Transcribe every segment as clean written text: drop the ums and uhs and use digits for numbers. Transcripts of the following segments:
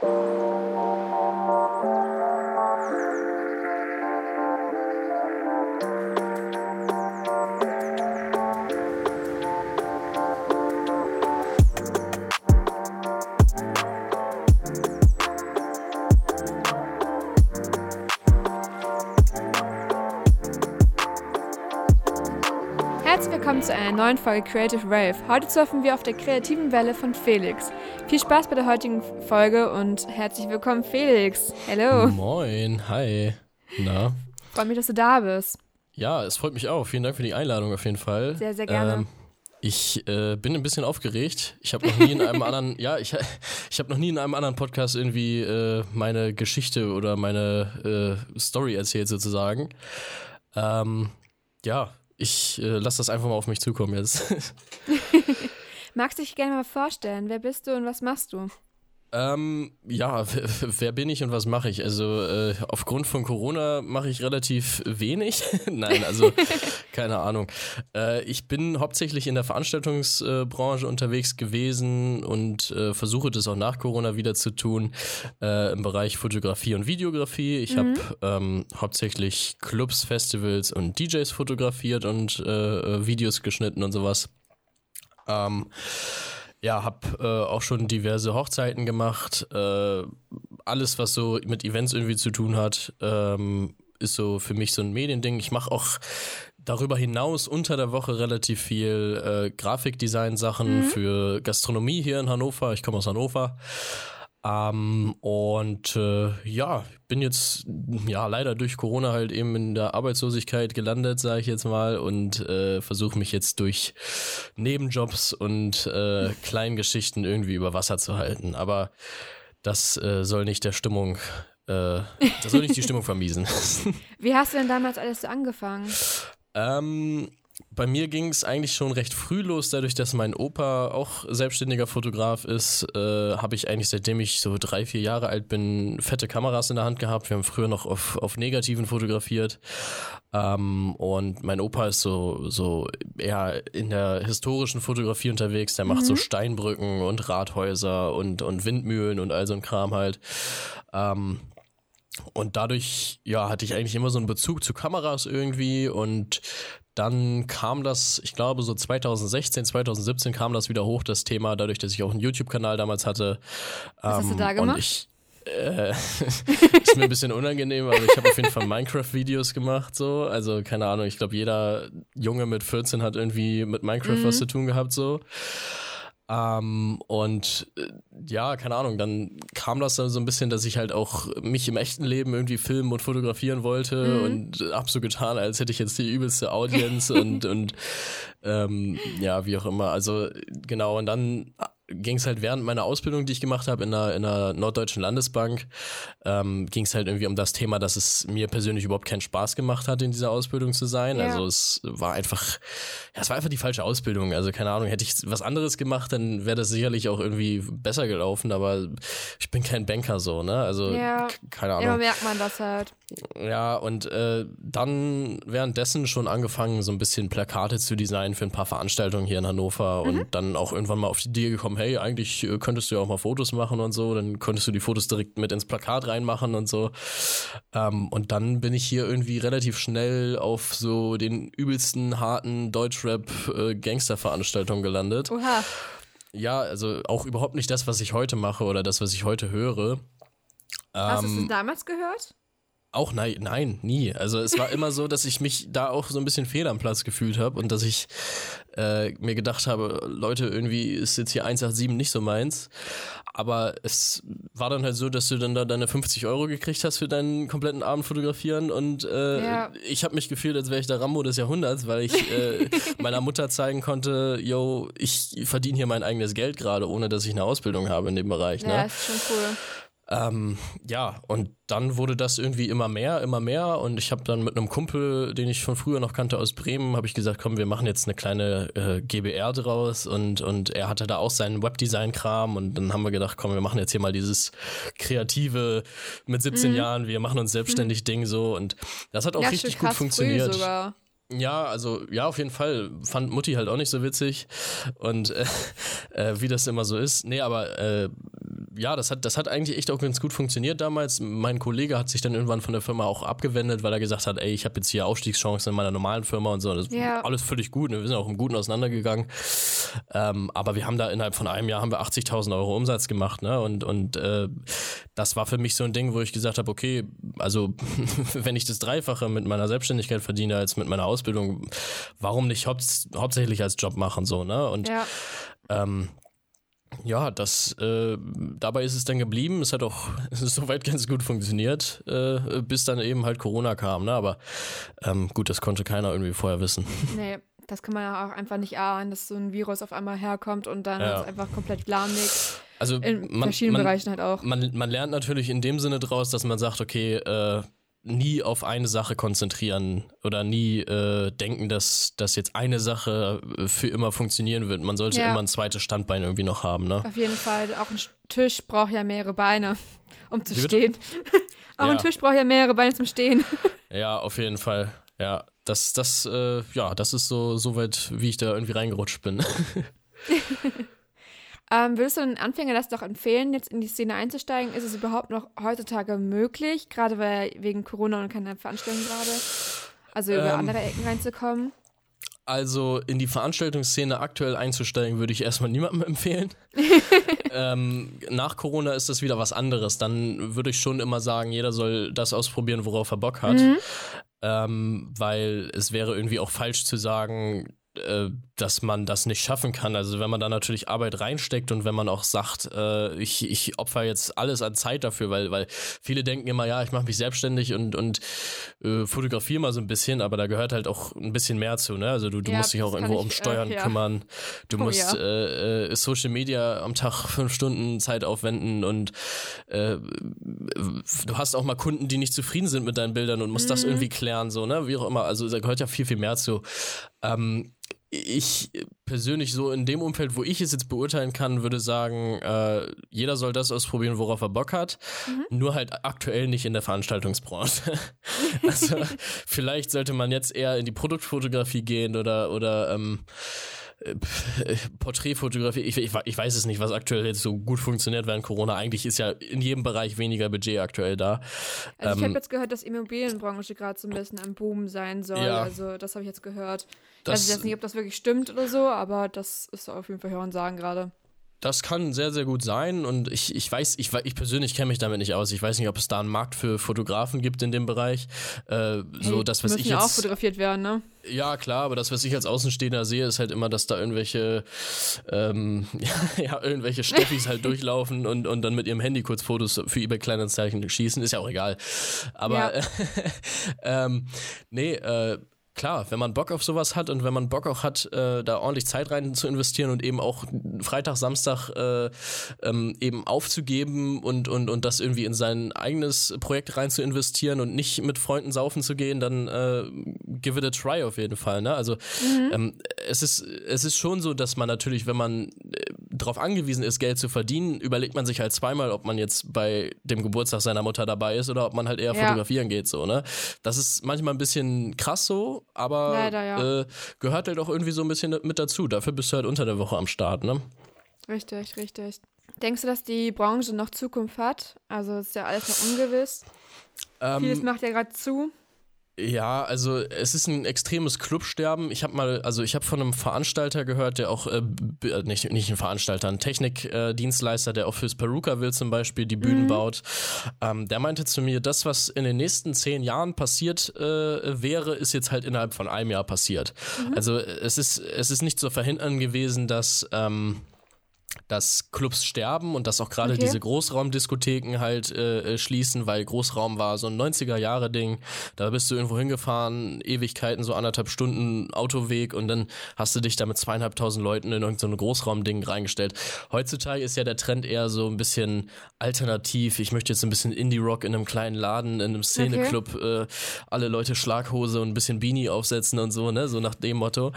Herzlich willkommen zu einer neuen Folge Creative Rave. Heute surfen wir auf der kreativen Welle von Felix. Viel Spaß bei der heutigen Folge und herzlich willkommen, Felix. Hallo. Moin, hi. Na? Freut mich, dass du da bist. Ja, es freut mich auch. Vielen Dank für die Einladung auf jeden Fall. Sehr, sehr gerne. Ich bin ein bisschen aufgeregt. Ich habe noch nie in einem anderen, ich habe noch nie in einem anderen Podcast irgendwie meine Geschichte oder meine Story erzählt sozusagen. Ich lasse das einfach mal auf mich zukommen jetzt. Magst du dich gerne mal vorstellen? Wer bist du und was machst du? Wer bin ich und was mache ich? Also aufgrund von Corona mache ich relativ wenig. Nein, also keine Ahnung. Ich bin hauptsächlich in der Veranstaltungsbranche unterwegs gewesen und versuche das auch nach Corona wieder zu tun im Bereich Fotografie und Videografie. Ich habe hauptsächlich Clubs, Festivals und DJs fotografiert und Videos geschnitten und sowas. Habe auch schon diverse Hochzeiten gemacht. Alles, was so mit Events irgendwie zu tun hat, ist so für mich so ein Mediending. Ich mache auch darüber hinaus unter der Woche relativ viel Grafikdesign-Sachen für Gastronomie hier in Hannover. Ich komme aus Hannover. Bin jetzt leider durch Corona halt eben in der Arbeitslosigkeit gelandet, sage ich jetzt mal, und versuche mich jetzt durch Nebenjobs und kleinen Geschichten irgendwie über Wasser zu halten. Aber das soll nicht die Stimmung vermiesen. Wie hast du denn damals alles so angefangen? Bei mir ging es eigentlich schon recht früh los, dadurch, dass mein Opa auch selbstständiger Fotograf ist, habe ich eigentlich, seitdem ich so 3-4 Jahre alt bin, fette Kameras in der Hand gehabt. Wir haben früher noch auf Negativen fotografiert. Und mein Opa ist so eher in der historischen Fotografie unterwegs. Der macht so Steinbrücken und Rathäuser und Windmühlen und all so ein Kram halt. Und dadurch, hatte ich eigentlich immer so einen Bezug zu Kameras irgendwie, und dann kam das, ich glaube so 2016, 2017 kam das wieder hoch, das Thema, dadurch, dass ich auch einen YouTube-Kanal damals hatte. Was hast du da gemacht? Und ist mir ein bisschen unangenehm, aber ich habe auf jeden Fall Minecraft-Videos gemacht, so. Also keine Ahnung, ich glaube jeder Junge mit 14 hat irgendwie mit Minecraft was zu tun gehabt, so. Keine Ahnung, dann kam das dann so ein bisschen, dass ich halt auch mich im echten Leben irgendwie filmen und fotografieren wollte und hab so getan, als hätte ich jetzt die übelste Audience und wie auch immer. Also genau, und dann ging es halt während meiner Ausbildung, die ich gemacht habe in der Norddeutschen Landesbank, ging es halt irgendwie um das Thema, dass es mir persönlich überhaupt keinen Spaß gemacht hat, in dieser Ausbildung zu sein. Ja. Also es war einfach die falsche Ausbildung. Also keine Ahnung, hätte ich was anderes gemacht, dann wäre das sicherlich auch irgendwie besser gelaufen, aber ich bin kein Banker so, ne? Also keine Ahnung. Ja, merkt man das halt. Ja, und dann währenddessen schon angefangen, so ein bisschen Plakate zu designen für ein paar Veranstaltungen hier in Hannover und dann auch irgendwann mal auf die Idee gekommen, hey, eigentlich könntest du ja auch mal Fotos machen und so, dann könntest du die Fotos direkt mit ins Plakat reinmachen und so. Und dann bin ich hier irgendwie relativ schnell auf so den übelsten, harten Deutschrap-Gangster-Veranstaltungen gelandet. Oha. Ja, also auch überhaupt nicht das, was ich heute mache oder das, was ich heute höre. Hast du es damals gehört? Auch nein, nie. Also es war immer so, dass ich mich da auch so ein bisschen fehl am Platz gefühlt habe und dass ich mir gedacht habe, Leute, irgendwie ist jetzt hier 187 nicht so meins. Aber es war dann halt so, dass du dann da deine 50 € gekriegt hast für deinen kompletten Abend fotografieren und ich habe mich gefühlt, als wäre ich der Rambo des Jahrhunderts, weil ich meiner Mutter zeigen konnte, yo, ich verdiene hier mein eigenes Geld gerade, ohne dass ich eine Ausbildung habe in dem Bereich. Ne? Ja, ist schon cool. Und dann wurde das irgendwie immer mehr und ich habe dann mit einem Kumpel, den ich von früher noch kannte aus Bremen, habe ich gesagt, komm, wir machen jetzt eine kleine GBR draus und er hatte da auch seinen Webdesign-Kram und dann haben wir gedacht, komm, wir machen jetzt hier mal dieses kreative mit 17 Jahren, wir machen uns selbstständig Ding so und das hat auch richtig gut funktioniert. Früh sogar. Ja, also ja, auf jeden Fall. Fand Mutti halt auch nicht so witzig und wie das immer so ist. Nee, aber ja, das hat eigentlich echt auch ganz gut funktioniert damals. Mein Kollege hat sich dann irgendwann von der Firma auch abgewendet, weil er gesagt hat, ey, ich habe jetzt hier Aufstiegschancen in meiner normalen Firma und so. Das ist alles völlig gut. Wir sind auch im Guten auseinandergegangen. Aber wir haben da innerhalb von einem Jahr haben wir 80.000 Euro Umsatz gemacht, ne? Und das war für mich so ein Ding, wo ich gesagt habe, okay, also wenn ich das Dreifache mit meiner Selbstständigkeit verdiene als mit meiner Ausbildung, warum nicht hauptsächlich als Job machen, so, ne? Und dabei ist es dann geblieben. Es hat auch soweit ganz gut funktioniert, bis dann eben halt Corona kam, ne? Aber gut, das konnte keiner irgendwie vorher wissen. Nee, das kann man ja auch einfach nicht ahnen, dass so ein Virus auf einmal herkommt und dann ist einfach komplett lahmlegt. Also in verschiedenen Bereichen halt auch. Man lernt natürlich in dem Sinne draus, dass man sagt, okay, nie auf eine Sache konzentrieren oder nie denken, dass jetzt eine Sache für immer funktionieren wird. Man sollte immer ein zweites Standbein irgendwie noch haben, ne? Auf jeden Fall. Auch ein Tisch braucht ja mehrere Beine, um zu stehen. Ein Tisch braucht ja mehrere Beine zum Stehen. Ja, auf jeden Fall. Ja, das ist so weit, wie ich da irgendwie reingerutscht bin. Würdest du einen Anfänger das doch empfehlen, jetzt in die Szene einzusteigen? Ist es überhaupt noch heutzutage möglich, gerade weil wegen Corona und keine Veranstaltungen gerade, also über andere Ecken reinzukommen? Also in die Veranstaltungsszene aktuell einzusteigen, würde ich erstmal niemandem empfehlen. Nach Corona ist das wieder was anderes. Dann würde ich schon immer sagen, jeder soll das ausprobieren, worauf er Bock hat. Weil es wäre irgendwie auch falsch zu sagen, dass man das nicht schaffen kann. Also wenn man da natürlich Arbeit reinsteckt und wenn man auch sagt, ich opfer jetzt alles an Zeit dafür, weil viele denken immer, ja, ich mache mich selbstständig und fotografiere mal so ein bisschen, aber da gehört halt auch ein bisschen mehr zu, ne? Also du musst dich auch irgendwo um Steuern kümmern. Du musst Social Media am Tag 5 Stunden Zeit aufwenden und du hast auch mal Kunden, die nicht zufrieden sind mit deinen Bildern und musst das irgendwie klären, so, ne? Wie auch immer. Also da gehört ja viel, viel mehr zu. Ich persönlich so in dem Umfeld, wo ich es jetzt beurteilen kann, würde sagen, jeder soll das ausprobieren, worauf er Bock hat, nur halt aktuell nicht in der Veranstaltungsbranche. Also vielleicht sollte man jetzt eher in die Produktfotografie gehen oder Porträtfotografie, ich weiß es nicht, was aktuell jetzt so gut funktioniert während Corona. Eigentlich ist ja in jedem Bereich weniger Budget aktuell da. Also ich habe jetzt gehört, dass die Immobilienbranche gerade so ein bisschen am Boom sein soll. Ja. Also das habe ich jetzt gehört. Ich weiß jetzt nicht, ob das wirklich stimmt oder so, aber das ist auf jeden Fall Hören sagen gerade. Das kann sehr, sehr gut sein und ich persönlich kenne mich damit nicht aus. Ich weiß nicht, ob es da einen Markt für Fotografen gibt in dem Bereich. Das, was ich jetzt auch fotografiert werden, ne? Ja, klar, aber das, was ich als Außenstehender sehe, ist halt immer, dass da irgendwelche irgendwelche Steffis halt durchlaufen und dann mit ihrem Handy kurz Fotos für eBay Kleinanzeigen schießen. Ist ja auch egal. Aber klar, wenn man Bock auf sowas hat und wenn man Bock auch hat, da ordentlich Zeit rein zu investieren und eben auch Freitag, Samstag eben aufzugeben und das irgendwie in sein eigenes Projekt rein zu investieren und nicht mit Freunden saufen zu gehen, dann give it a try auf jeden Fall. Ne? Also es ist schon so, dass man natürlich, wenn man darauf angewiesen ist, Geld zu verdienen, überlegt man sich halt zweimal, ob man jetzt bei dem Geburtstag seiner Mutter dabei ist oder ob man halt eher fotografieren geht. So, ne? Das ist manchmal ein bisschen krass so, aber leider, gehört halt auch irgendwie so ein bisschen mit dazu. Dafür bist du halt unter der Woche am Start, ne? Richtig. Denkst du, dass die Branche noch Zukunft hat? Also ist ja alles noch ungewiss. Vieles macht ja gerade zu. Ja, also es ist ein extremes Clubsterben. Ich habe von einem Veranstalter gehört, der auch, nicht ein Veranstalter, ein Technikdienstleister, der auch fürs Perukaville zum Beispiel die Bühnen baut. Der meinte zu mir, das, was in den nächsten 10 Jahren passiert wäre, ist jetzt halt innerhalb von einem Jahr passiert. Also es ist nicht zu verhindern gewesen, dass Clubs sterben und dass auch gerade diese Großraumdiskotheken halt schließen, weil Großraum war so ein 90er-Jahre-Ding. Da bist du irgendwo hingefahren, Ewigkeiten, so 1,5 Stunden Autoweg und dann hast du dich da mit 2.500 Leuten in irgendein Großraumding reingestellt. Heutzutage ist ja der Trend eher so ein bisschen alternativ. Ich möchte jetzt ein bisschen Indie-Rock in einem kleinen Laden, in einem Szeneclub, alle Leute Schlaghose und ein bisschen Beanie aufsetzen und so, ne, so nach dem Motto.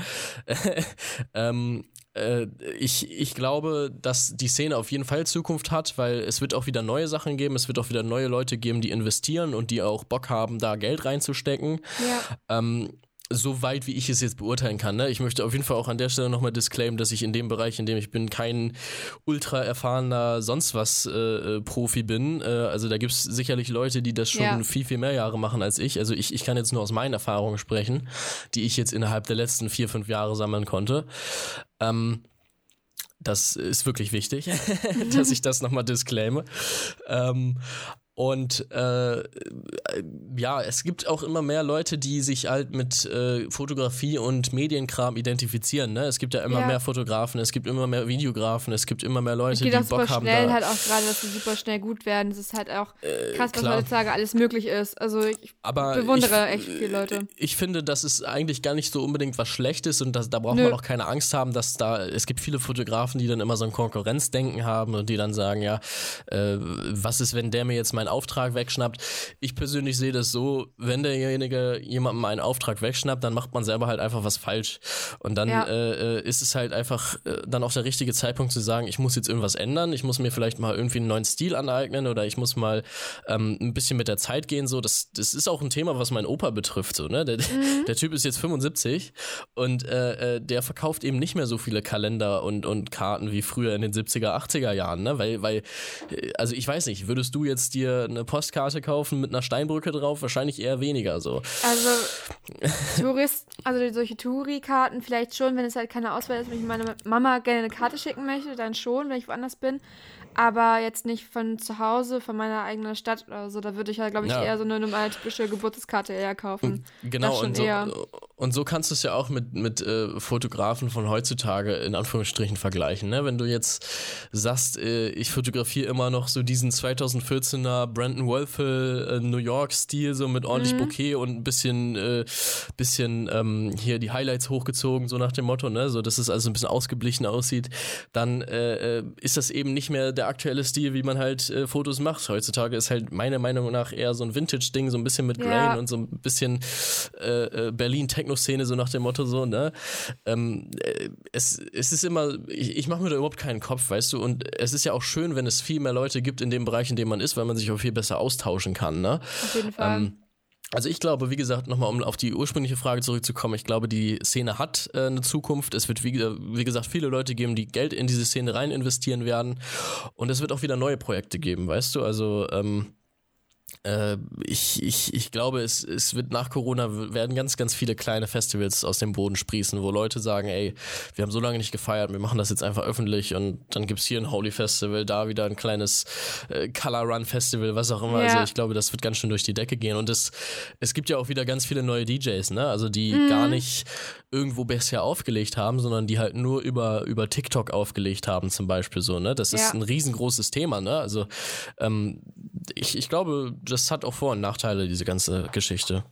Ich glaube, dass die Szene auf jeden Fall Zukunft hat, weil es wird auch wieder neue Sachen geben, es wird auch wieder neue Leute geben, die investieren und die auch Bock haben, da Geld reinzustecken. Ja. so weit, wie ich es jetzt beurteilen kann. Ne? Ich möchte auf jeden Fall auch an der Stelle nochmal disclaimen, dass ich in dem Bereich, in dem ich bin, kein ultra erfahrener sonst was Profi bin. Also da gibt es sicherlich Leute, die das schon viel, viel mehr Jahre machen als ich. Also ich kann jetzt nur aus meinen Erfahrungen sprechen, die ich jetzt innerhalb der letzten 4-5 Jahre sammeln konnte. Das ist wirklich wichtig, dass ich das nochmal disclaime. Und es gibt auch immer mehr Leute, die sich halt mit Fotografie und Medienkram identifizieren. Ne? Es gibt ja immer mehr Fotografen, es gibt immer mehr Videografen, es gibt immer mehr Leute, die Bock haben. Es geht auch super schnell halt auch gerade, dass sie super schnell gut werden. Es ist halt auch krass, was heutzutage alles möglich ist. Also ich bewundere echt viele Leute. Ich finde, das ist eigentlich gar nicht so unbedingt was Schlechtes und da braucht man auch keine Angst haben, dass es gibt viele Fotografen, die dann immer so ein Konkurrenzdenken haben und die dann sagen, was ist, wenn der mir jetzt meinen Auftrag wegschnappt. Ich persönlich sehe das so, wenn derjenige jemandem einen Auftrag wegschnappt, dann macht man selber halt einfach was falsch. Und dann ist es halt einfach dann auch der richtige Zeitpunkt zu sagen, ich muss jetzt irgendwas ändern, ich muss mir vielleicht mal irgendwie einen neuen Stil aneignen oder ich muss mal ein bisschen mit der Zeit gehen. So, das ist auch ein Thema, was mein Opa betrifft. So, ne? Der Typ ist jetzt 75 und der verkauft eben nicht mehr so viele Kalender und Karten wie früher in den 70er, 80er Jahren. Ne? Weil also ich weiß nicht, würdest du jetzt dir eine Postkarte kaufen mit einer Steinbrücke drauf? Wahrscheinlich eher weniger so. Also solche Touri-Karten vielleicht schon, wenn es halt keine Auswahl ist, wenn ich meine Mama gerne eine Karte schicken möchte, dann schon, wenn ich woanders bin. Aber jetzt nicht von zu Hause, von meiner eigenen Stadt oder so. Da würde ich halt, glaube ich, eher so eine normale typische Geburtskarte eher kaufen. Genau, und so kannst du es ja auch mit Fotografen von heutzutage in Anführungsstrichen vergleichen. Ne? Wenn du jetzt sagst, ich fotografiere immer noch so diesen 2014er Brandon Wolfel New York-Stil, so mit ordentlich Bouquet und ein bisschen hier die Highlights hochgezogen, so nach dem Motto, ne? So dass es also ein bisschen ausgeblichen aussieht, dann ist das eben nicht mehr der aktuelle Stil, wie man halt Fotos macht. Heutzutage ist halt meiner Meinung nach eher so ein Vintage-Ding, so ein bisschen mit Grain und so ein bisschen Berlin-Techno-Szene, so nach dem Motto so, ne? Es ist immer, ich mache mir da überhaupt keinen Kopf, weißt du, und es ist ja auch schön, wenn es viel mehr Leute gibt in dem Bereich, in dem man ist, weil man sich auch viel besser austauschen kann, ne? Auf jeden Fall. Also ich glaube, wie gesagt, nochmal um auf die ursprüngliche Frage zurückzukommen, ich glaube, die Szene hat eine Zukunft. Es wird, wie gesagt, viele Leute geben, die Geld in diese Szene rein investieren werden. Und es wird auch wieder neue Projekte geben, weißt du? Also ich glaube, es wird nach Corona werden ganz, ganz viele kleine Festivals aus dem Boden sprießen, wo Leute sagen, ey, wir haben so lange nicht gefeiert, wir machen das jetzt einfach öffentlich und dann gibt's hier ein Holy Festival, da wieder ein kleines Color Run Festival, was auch immer. Ja. Also ich glaube, das wird ganz schön durch die Decke gehen und es gibt ja auch wieder ganz viele neue DJs, ne? Also die gar nicht irgendwo bisher aufgelegt haben, sondern die halt nur über TikTok aufgelegt haben zum Beispiel so, ne? Das ist ein riesengroßes Thema, ne? Also ich glaube, das hat auch Vor- und Nachteile, diese ganze Geschichte.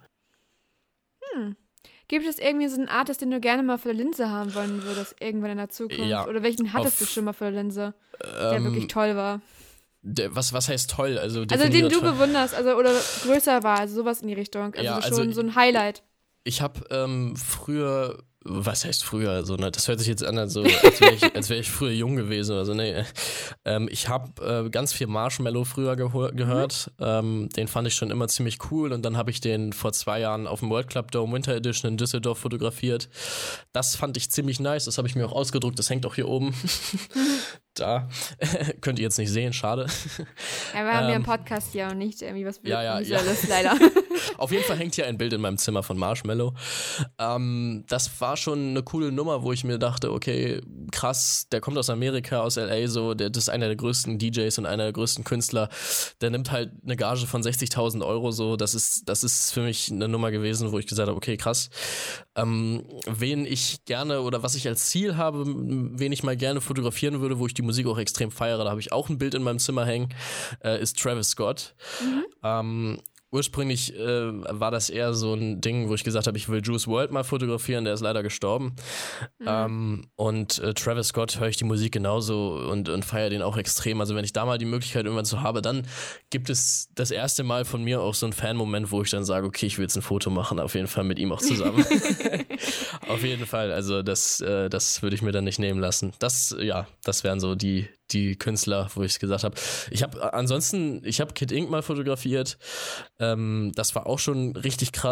Gibt es irgendwie so einen Artist, den du gerne mal vor der Linse haben wollen würdest, irgendwann in der Zukunft? Ja, oder welchen hattest du schon mal vor der Linse, der wirklich toll war? Was heißt toll? Also den du bewunderst, oder größer war, also sowas in die Richtung. Also schon so ein Highlight. Ich habe früher, was heißt früher? So, ne? Das hört sich jetzt an, so, als wäre ich früher jung gewesen. Also, nee. Ich habe ganz viel Marshmello früher gehört. Den fand ich schon immer ziemlich cool. Und dann habe ich den vor 2 Jahren auf dem World Club Dome Winter Edition in Düsseldorf fotografiert. Das fand ich ziemlich nice. Das habe ich mir auch ausgedruckt. Das hängt auch hier oben. Da. Könnt ihr jetzt nicht sehen, schade. Ja, wir haben ja einen Podcast hier und nicht irgendwie was Visuelles, leider. Auf jeden Fall hängt hier ein Bild in meinem Zimmer von Marshmello. Das war schon eine coole Nummer, wo ich mir dachte, okay, krass, der kommt aus Amerika, aus L.A., so, das ist einer der größten DJs und einer der größten Künstler. Der nimmt halt eine Gage von 60.000 Euro, so, das ist für mich eine Nummer gewesen, wo ich gesagt habe, okay, krass. Wen ich gerne oder was ich als Ziel habe, wen ich mal gerne fotografieren würde, wo ich die Musik auch extrem feiere, da habe ich auch ein Bild in meinem Zimmer hängen, ist Travis Scott. Ursprünglich war das eher so ein Ding, wo ich gesagt habe, ich will Juice WRLD mal fotografieren, der ist leider gestorben. Und Travis Scott höre ich die Musik genauso und feiere den auch extrem. Also wenn ich da mal die Möglichkeit irgendwann zu habe, dann gibt es das erste Mal von mir auch so einen Fan-Moment, wo ich dann sage, okay, ich will jetzt ein Foto machen, auf jeden Fall mit ihm auch zusammen. Auf jeden Fall, also das würde ich mir dann nicht nehmen lassen. Das wären so die Künstler, wo ich es gesagt habe. Ich habe Kid Ink mal fotografiert. Das war auch schon richtig krass.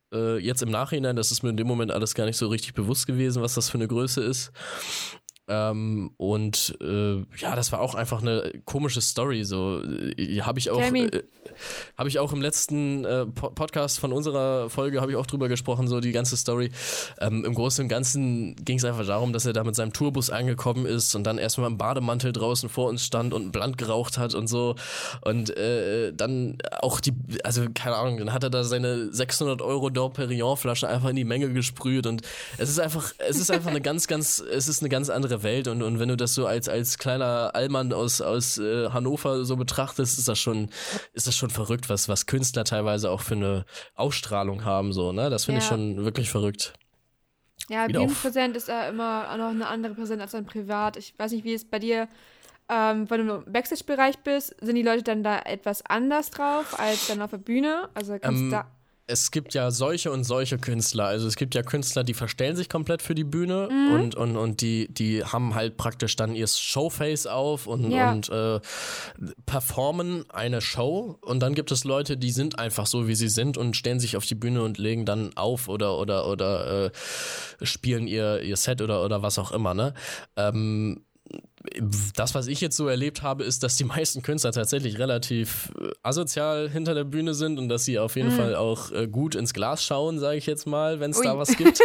jetzt im Nachhinein, das ist mir in dem Moment alles gar nicht so richtig bewusst gewesen, was das für eine Größe ist. Ja, das war auch einfach eine komische Story. So habe ich auch im letzten Podcast von unserer Folge habe ich auch drüber gesprochen, so die ganze Story. Im Großen und Ganzen ging es einfach darum, dass er da mit seinem Tourbus angekommen ist und dann erstmal im Bademantel draußen vor uns stand und einen Blunt geraucht hat und so. Und dann auch keine Ahnung, dann hat er da seine 600 € Dom Perignon Flasche einfach in die Menge gesprüht und es ist einfach eine ganz andere Welt und wenn du das so als kleiner Allmann aus Hannover so betrachtest, ist das schon verrückt, was Künstler teilweise auch für eine Ausstrahlung haben, so, ne? Das finde ich schon wirklich verrückt. Ja, bühnenpräsent ist ja immer auch noch eine andere Präsenz als dann privat. Ich weiß nicht, wie es bei dir, wenn du im Backstage-Bereich bist, sind die Leute dann da etwas anders drauf als dann auf der Bühne? Also kannst du da... Es gibt ja solche und solche Künstler. Also es gibt ja Künstler, die verstellen sich komplett für die Bühne und die haben halt praktisch dann ihr Showface auf und performen eine Show. Und dann gibt es Leute, die sind einfach so, wie sie sind und stellen sich auf die Bühne und legen dann auf oder spielen ihr Set oder was auch immer, ne? Das, was ich jetzt so erlebt habe, ist, dass die meisten Künstler tatsächlich relativ asozial hinter der Bühne sind und dass sie auf jeden Fall auch gut ins Glas schauen, sage ich jetzt mal, wenn es da was gibt.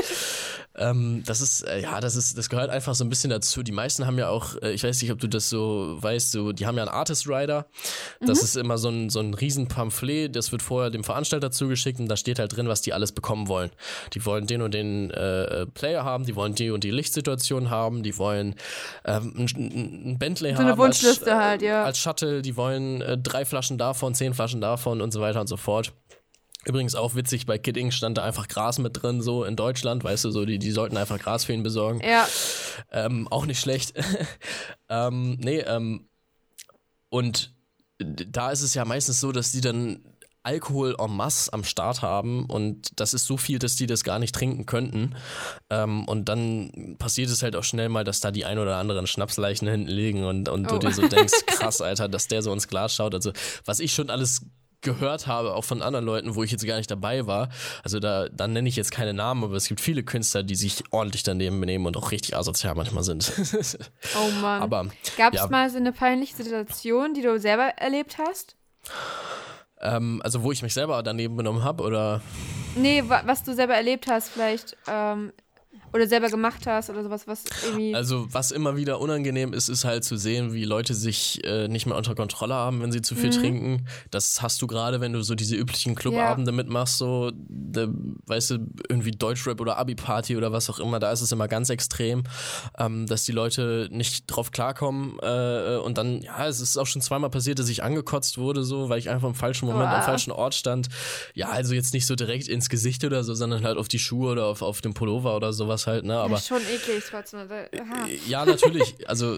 Das gehört einfach so ein bisschen dazu. Die meisten haben ja auch, ich weiß nicht, ob du das so weißt, die haben ja einen Artist Rider. Das ist immer so ein riesen Pamphlet, das wird vorher dem Veranstalter zugeschickt und da steht halt drin, was die alles bekommen wollen. Die wollen den und den Player haben, die wollen die und die Lichtsituation haben, die wollen ein Bentley so haben eine Wunschliste als Shuttle, die wollen 3 Flaschen davon, 10 Flaschen davon und so weiter und so fort. Übrigens auch witzig, bei Kid Ink stand da einfach Gras mit drin, so in Deutschland, weißt du, so die sollten einfach Gras für ihn besorgen. Ja. Auch nicht schlecht. Und da ist es ja meistens so, dass die dann Alkohol en masse am Start haben und das ist so viel, dass die das gar nicht trinken könnten. Und dann passiert es halt auch schnell mal, dass da die ein oder anderen Schnapsleichen hinten liegen und du dir so denkst, krass, Alter, dass der so ins Glas schaut. Also was ich schon alles gehört habe, auch von anderen Leuten, wo ich jetzt gar nicht dabei war. Also dann nenne ich jetzt keine Namen, aber es gibt viele Künstler, die sich ordentlich daneben benehmen und auch richtig asozial manchmal sind. Oh Mann. Gab es mal so eine peinliche Situation, die du selber erlebt hast? Also wo ich mich selber daneben benommen habe, oder? Nee, was du selber erlebt hast vielleicht, oder selber gemacht hast oder sowas, was irgendwie... Also was immer wieder unangenehm ist halt zu sehen, wie Leute sich nicht mehr unter Kontrolle haben, wenn sie zu viel trinken. Das hast du gerade, wenn du so diese üblichen Clubabende mitmachst, so, weißt du, irgendwie Deutschrap oder Abi-Party oder was auch immer, da ist es immer ganz extrem, dass die Leute nicht drauf klarkommen und dann, ja, es ist auch schon zweimal passiert, dass ich angekotzt wurde, so, weil ich einfach im falschen Moment am falschen Ort stand. Ja, also jetzt nicht so direkt ins Gesicht oder so, sondern halt auf die Schuhe oder auf den Pullover oder sowas halt, ne, aber... Das ist schon eklig, trotzdem. Ja, natürlich, also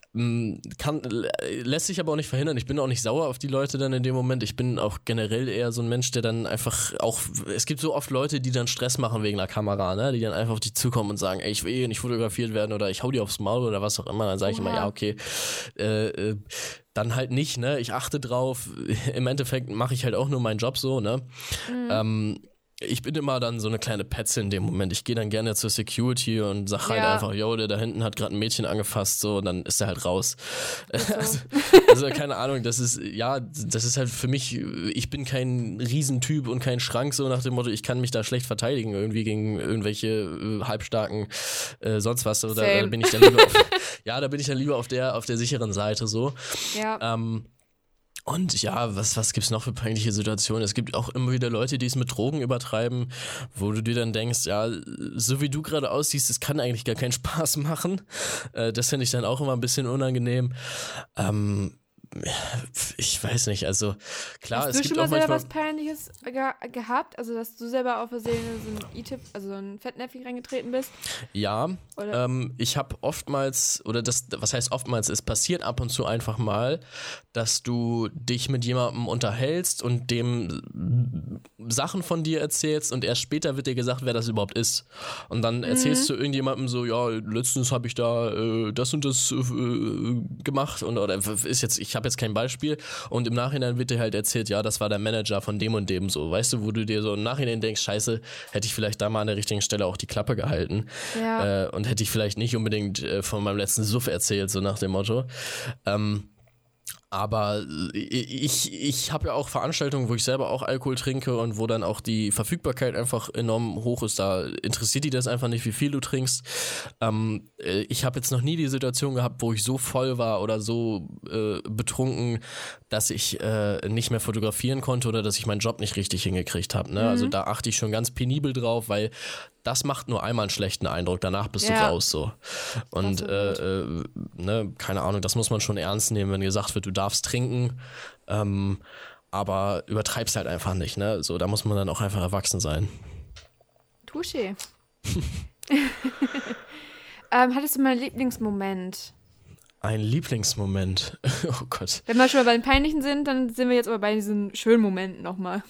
lässt sich aber auch nicht verhindern. Ich bin auch nicht sauer auf die Leute dann in dem Moment. Ich bin auch generell eher so ein Mensch, der dann einfach auch, es gibt so oft Leute, die dann Stress machen wegen der Kamera, ne, die dann einfach auf dich zukommen und sagen, ey, ich will hier nicht fotografiert werden oder ich hau dir aufs Maul oder was auch immer. Dann sage ich immer, ja, okay, dann halt nicht, ne, ich achte drauf. Im Endeffekt mache ich halt auch nur meinen Job so, ne. Ich bin immer dann so eine kleine Petze in dem Moment. Ich gehe dann gerne zur Security und sag halt einfach, yo, der da hinten hat gerade ein Mädchen angefasst, so, und dann ist er halt raus. Also keine Ahnung, das ist halt für mich, ich bin kein Riesentyp und kein Schrank, so nach dem Motto, ich kann mich da schlecht verteidigen, irgendwie gegen irgendwelche halbstarken sonst was. Oder da bin ich dann lieber auf der sicheren Seite, so. Ja. Und ja, was gibt's noch für peinliche Situationen? Es gibt auch immer wieder Leute, die es mit Drogen übertreiben, wo du dir dann denkst, ja, so wie du gerade aussiehst, das kann eigentlich gar keinen Spaß machen. Das finde ich dann auch immer ein bisschen unangenehm. Ich weiß nicht, also klar, es gibt auch manchmal... Hast du schon mal selber was Peinliches gehabt? Also, dass du selber auf Versehen in so ein E-Tip, also so ein Fettnäpfchen reingetreten bist? Ja, ich habe oftmals, oder was heißt oftmals, es passiert ab und zu einfach mal, dass du dich mit jemandem unterhältst und dem Sachen von dir erzählst und erst später wird dir gesagt, wer das überhaupt ist. Und dann erzählst du irgendjemandem so, ja, letztens habe ich da das und das gemacht oder ist jetzt, ich habe habe jetzt kein Beispiel und im Nachhinein wird dir halt erzählt, ja, das war der Manager von dem und dem so, weißt du, wo du dir so im Nachhinein denkst, scheiße, hätte ich vielleicht da mal an der richtigen Stelle auch die Klappe gehalten und hätte ich vielleicht nicht unbedingt von meinem letzten Suff erzählt, so nach dem Motto. Aber ich habe ja auch Veranstaltungen, wo ich selber auch Alkohol trinke und wo dann auch die Verfügbarkeit einfach enorm hoch ist. Da interessiert die das einfach nicht, wie viel du trinkst. Ich habe jetzt noch nie die Situation gehabt, wo ich so voll war oder so betrunken, dass ich nicht mehr fotografieren konnte oder dass ich meinen Job nicht richtig hingekriegt habe. Ne? Also da achte ich schon ganz penibel drauf, weil das macht nur einmal einen schlechten Eindruck, danach bist du raus so. Und ne, keine Ahnung, das muss man schon ernst nehmen, wenn gesagt wird, du darfst trinken, aber übertreib's halt einfach nicht, ne? So, da muss man dann auch einfach erwachsen sein. Touché. Hattest du mal einen Lieblingsmoment? Ein Lieblingsmoment? Oh Gott. Wenn wir schon bei den peinlichen sind, dann sind wir jetzt aber bei diesen schönen Momenten nochmal.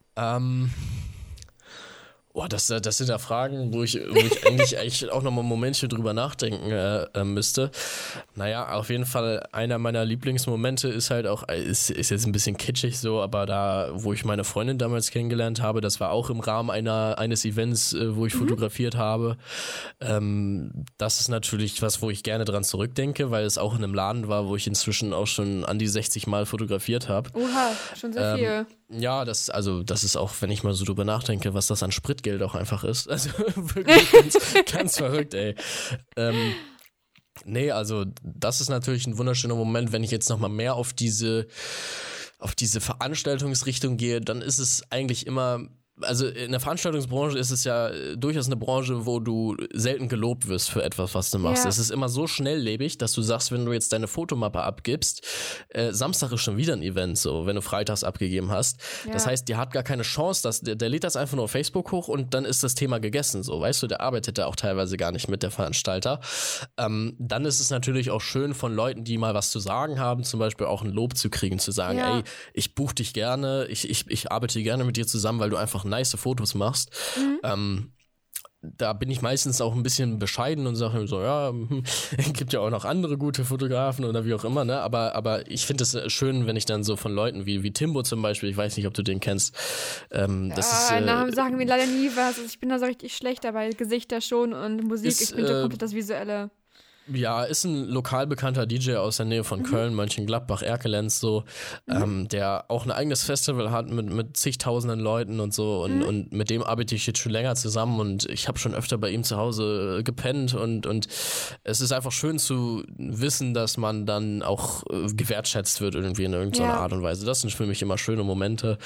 Das sind ja Fragen, wo ich eigentlich auch nochmal ein Momentchen drüber nachdenken müsste. Naja, auf jeden Fall einer meiner Lieblingsmomente ist halt auch, ist jetzt ein bisschen kitschig so, aber da, wo ich meine Freundin damals kennengelernt habe, das war auch im Rahmen eines Events, wo ich fotografiert habe. Das ist natürlich was, wo ich gerne dran zurückdenke, weil es auch in einem Laden war, wo ich inzwischen auch schon an die 60 Mal fotografiert habe. Oha, schon sehr viel. Ja, das ist auch, wenn ich mal so drüber nachdenke, was das an Spritgeld auch einfach ist. Also wirklich ganz verrückt, ey. Nee, also das ist natürlich ein wunderschöner Moment, wenn ich jetzt nochmal mehr auf diese Veranstaltungsrichtung gehe, dann ist es eigentlich immer, also in der Veranstaltungsbranche ist es ja durchaus eine Branche, wo du selten gelobt wirst für etwas, was du machst. Ja. Es ist immer so schnelllebig, dass du sagst, wenn du jetzt deine Fotomappe abgibst, Samstag ist schon wieder ein Event, so, wenn du freitags abgegeben hast. Ja. Das heißt, der hat gar keine Chance, der lädt das einfach nur auf Facebook hoch und dann ist das Thema gegessen, so, weißt du, der arbeitet da auch teilweise gar nicht mit, der Veranstalter. Dann ist es natürlich auch schön von Leuten, die mal was zu sagen haben, zum Beispiel auch ein Lob zu kriegen, zu sagen, ey, ich buche dich gerne, ich arbeite gerne mit dir zusammen, weil du einfach nice Fotos machst. Da bin ich meistens auch ein bisschen bescheiden und sage so, ja, gibt ja auch noch andere gute Fotografen oder wie auch immer, ne? Aber ich finde es schön, wenn ich dann so von Leuten wie Timbo zum Beispiel, ich weiß nicht, ob du den kennst. Namen sagen mir leider nie was. Also ich bin da so richtig schlecht dabei. Gesichter schon und Musik, ich bin so komplett das Visuelle. Ja, ist ein lokal bekannter DJ aus der Nähe von Köln, Mönchengladbach, Erkelenz so, der auch ein eigenes Festival hat mit zigtausenden Leuten und so und mit dem arbeite ich jetzt schon länger zusammen und ich habe schon öfter bei ihm zu Hause gepennt und es ist einfach schön zu wissen, dass man dann auch gewertschätzt wird irgendwie in irgendeiner Art und Weise. Das sind für mich immer schöne Momente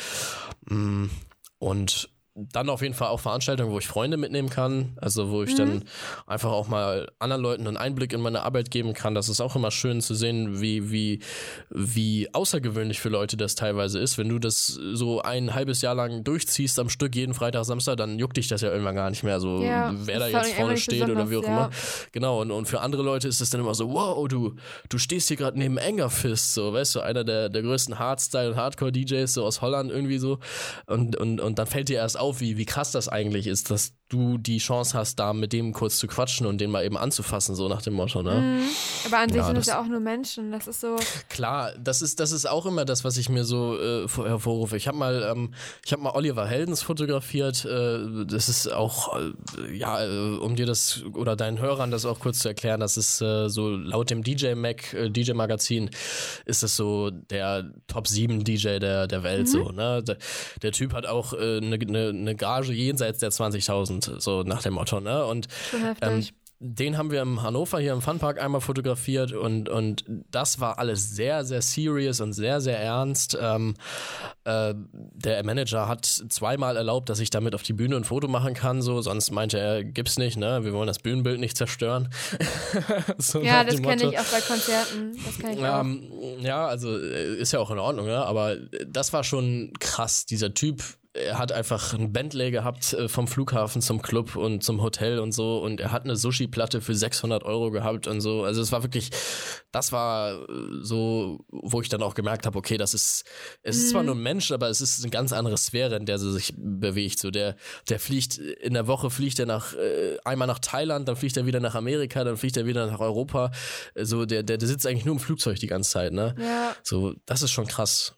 und dann auf jeden Fall auch Veranstaltungen, wo ich Freunde mitnehmen kann, also wo ich dann einfach auch mal anderen Leuten einen Einblick in meine Arbeit geben kann. Das ist auch immer schön zu sehen, wie außergewöhnlich für Leute das teilweise ist. Wenn du das so ein halbes Jahr lang durchziehst am Stück, jeden Freitag, Samstag, dann juckt dich das ja irgendwann gar nicht mehr, so wer da jetzt vorne steht oder wie auch immer. Genau, und für andere Leute ist es dann immer so, wow, du stehst hier gerade neben Angerfist, so, weißt du, einer der größten Hardstyle- und Hardcore-DJs so aus Holland irgendwie so und dann fällt dir erst auf, wie krass das eigentlich ist, dass du die Chance hast, da mit dem kurz zu quatschen und den mal eben anzufassen, so nach dem Motto, ne? Aber an sich sind das ja auch nur Menschen, das ist so... Klar, das ist auch immer das, was ich mir so hervorrufe. Ich habe mal Oliver Heldens fotografiert, das ist auch, um dir das oder deinen Hörern das auch kurz zu erklären, das ist so laut dem DJ-Magazin ist das so der Top 7 DJ der Welt, so, ne? Der Typ hat auch eine Gage jenseits der 20.000, so nach dem Motto, ne? Und den haben wir im Hannover hier im Funpark einmal fotografiert und das war alles sehr, sehr serious und sehr, sehr ernst. Der Manager hat zweimal erlaubt, dass ich damit auf die Bühne ein Foto machen kann, so, sonst meinte er, gibt's nicht, ne? Wir wollen das Bühnenbild nicht zerstören. So ja, das kenne ich auch bei Konzerten. Das kann ich auch. Ja, also ist ja auch in Ordnung, ne? Aber das war schon krass. Dieser Typ er hat einfach ein Bentley gehabt vom Flughafen zum Club und zum Hotel und so und er hat eine Sushi-Platte für 600 Euro gehabt und so. Also es war wirklich, das war so, wo ich dann auch gemerkt habe, okay, es ist zwar nur ein Mensch, aber es ist eine ganz andere Sphäre, in der sie sich bewegt. So der fliegt, in der Woche fliegt er einmal nach Thailand, dann fliegt er wieder nach Amerika, dann fliegt er wieder nach Europa. So der sitzt eigentlich nur im Flugzeug die ganze Zeit, ne? Ja. So, das ist schon krass.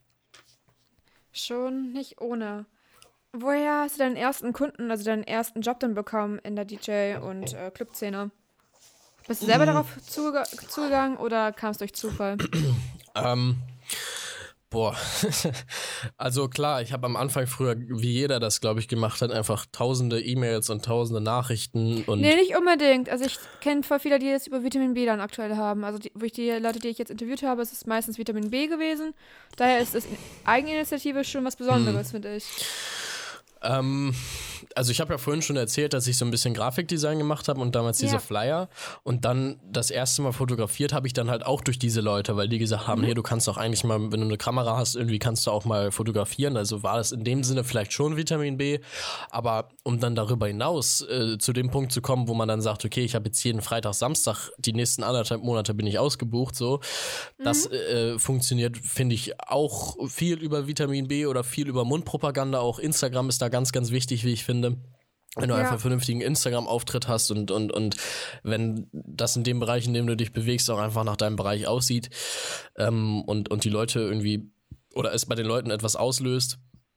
Schon nicht ohne. Woher hast du deinen ersten Kunden, also deinen ersten Job dann bekommen in der DJ- und Clubszene? Bist du selber darauf zugegangen oder kam es durch Zufall? Also klar, ich habe am Anfang früher, wie jeder das, glaube ich, gemacht hat, einfach tausende E-Mails und tausende Nachrichten und... Nee, nicht unbedingt. Also ich kenne voll viele, die das über Vitamin B dann aktuell haben. Also die Leute, die ich jetzt interviewt habe, es ist meistens Vitamin B gewesen. Daher ist es Eigeninitiative schon was Besonderes, finde ich. Also ich habe ja vorhin schon erzählt, dass ich so ein bisschen Grafikdesign gemacht habe und damals diese Flyer und dann das erste Mal fotografiert habe ich dann halt auch durch diese Leute, weil die gesagt haben, hey, du kannst doch eigentlich mal, wenn du eine Kamera hast, irgendwie kannst du auch mal fotografieren, also war das in dem Sinne vielleicht schon Vitamin B, aber um dann darüber hinaus zu dem Punkt zu kommen, wo man dann sagt, okay, ich habe jetzt jeden Freitag, Samstag, die nächsten 1,5 Monate bin ich ausgebucht, so, das funktioniert, finde ich, auch viel über Vitamin B oder viel über Mundpropaganda, auch Instagram ist da ganz, ganz wichtig, wie ich finde. Wenn du einfach einen vernünftigen Instagram-Auftritt hast und wenn das in dem Bereich, in dem du dich bewegst, auch einfach nach deinem Bereich aussieht und die Leute irgendwie oder es bei den Leuten etwas auslöst.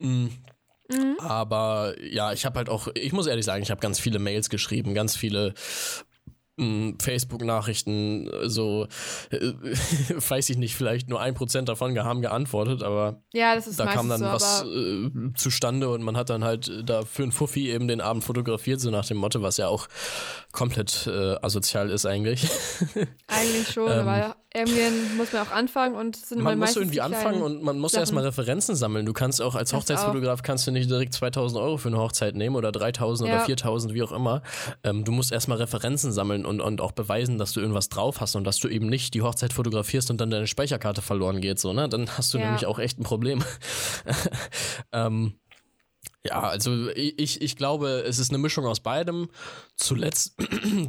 Aber ja, ich habe halt auch, ich muss ehrlich sagen, ich habe ganz viele Mails geschrieben, ganz viele Facebook-Nachrichten, so, weiß ich nicht, vielleicht nur 1% davon haben geantwortet, aber ja, das ist da kam dann so, was zustande und man hat dann halt da für einen Fuffi eben den Abend fotografiert, so nach dem Motto, was ja auch komplett asozial ist eigentlich. Eigentlich schon, aber irgendwie muss man auch anfangen und sind man muss irgendwie anfangen und man muss erstmal Referenzen sammeln. Du kannst auch als Hochzeitsfotograf kannst du nicht direkt 2.000 Euro für eine Hochzeit nehmen oder 3.000 oder 4.000, wie auch immer. Du musst erstmal Referenzen sammeln und auch beweisen, dass du irgendwas drauf hast und dass du eben nicht die Hochzeit fotografierst und dann deine Speicherkarte verloren geht, so, ne? Dann hast du nämlich auch echt ein Problem. Ja, also ich glaube, es ist eine Mischung aus beidem. Zuletzt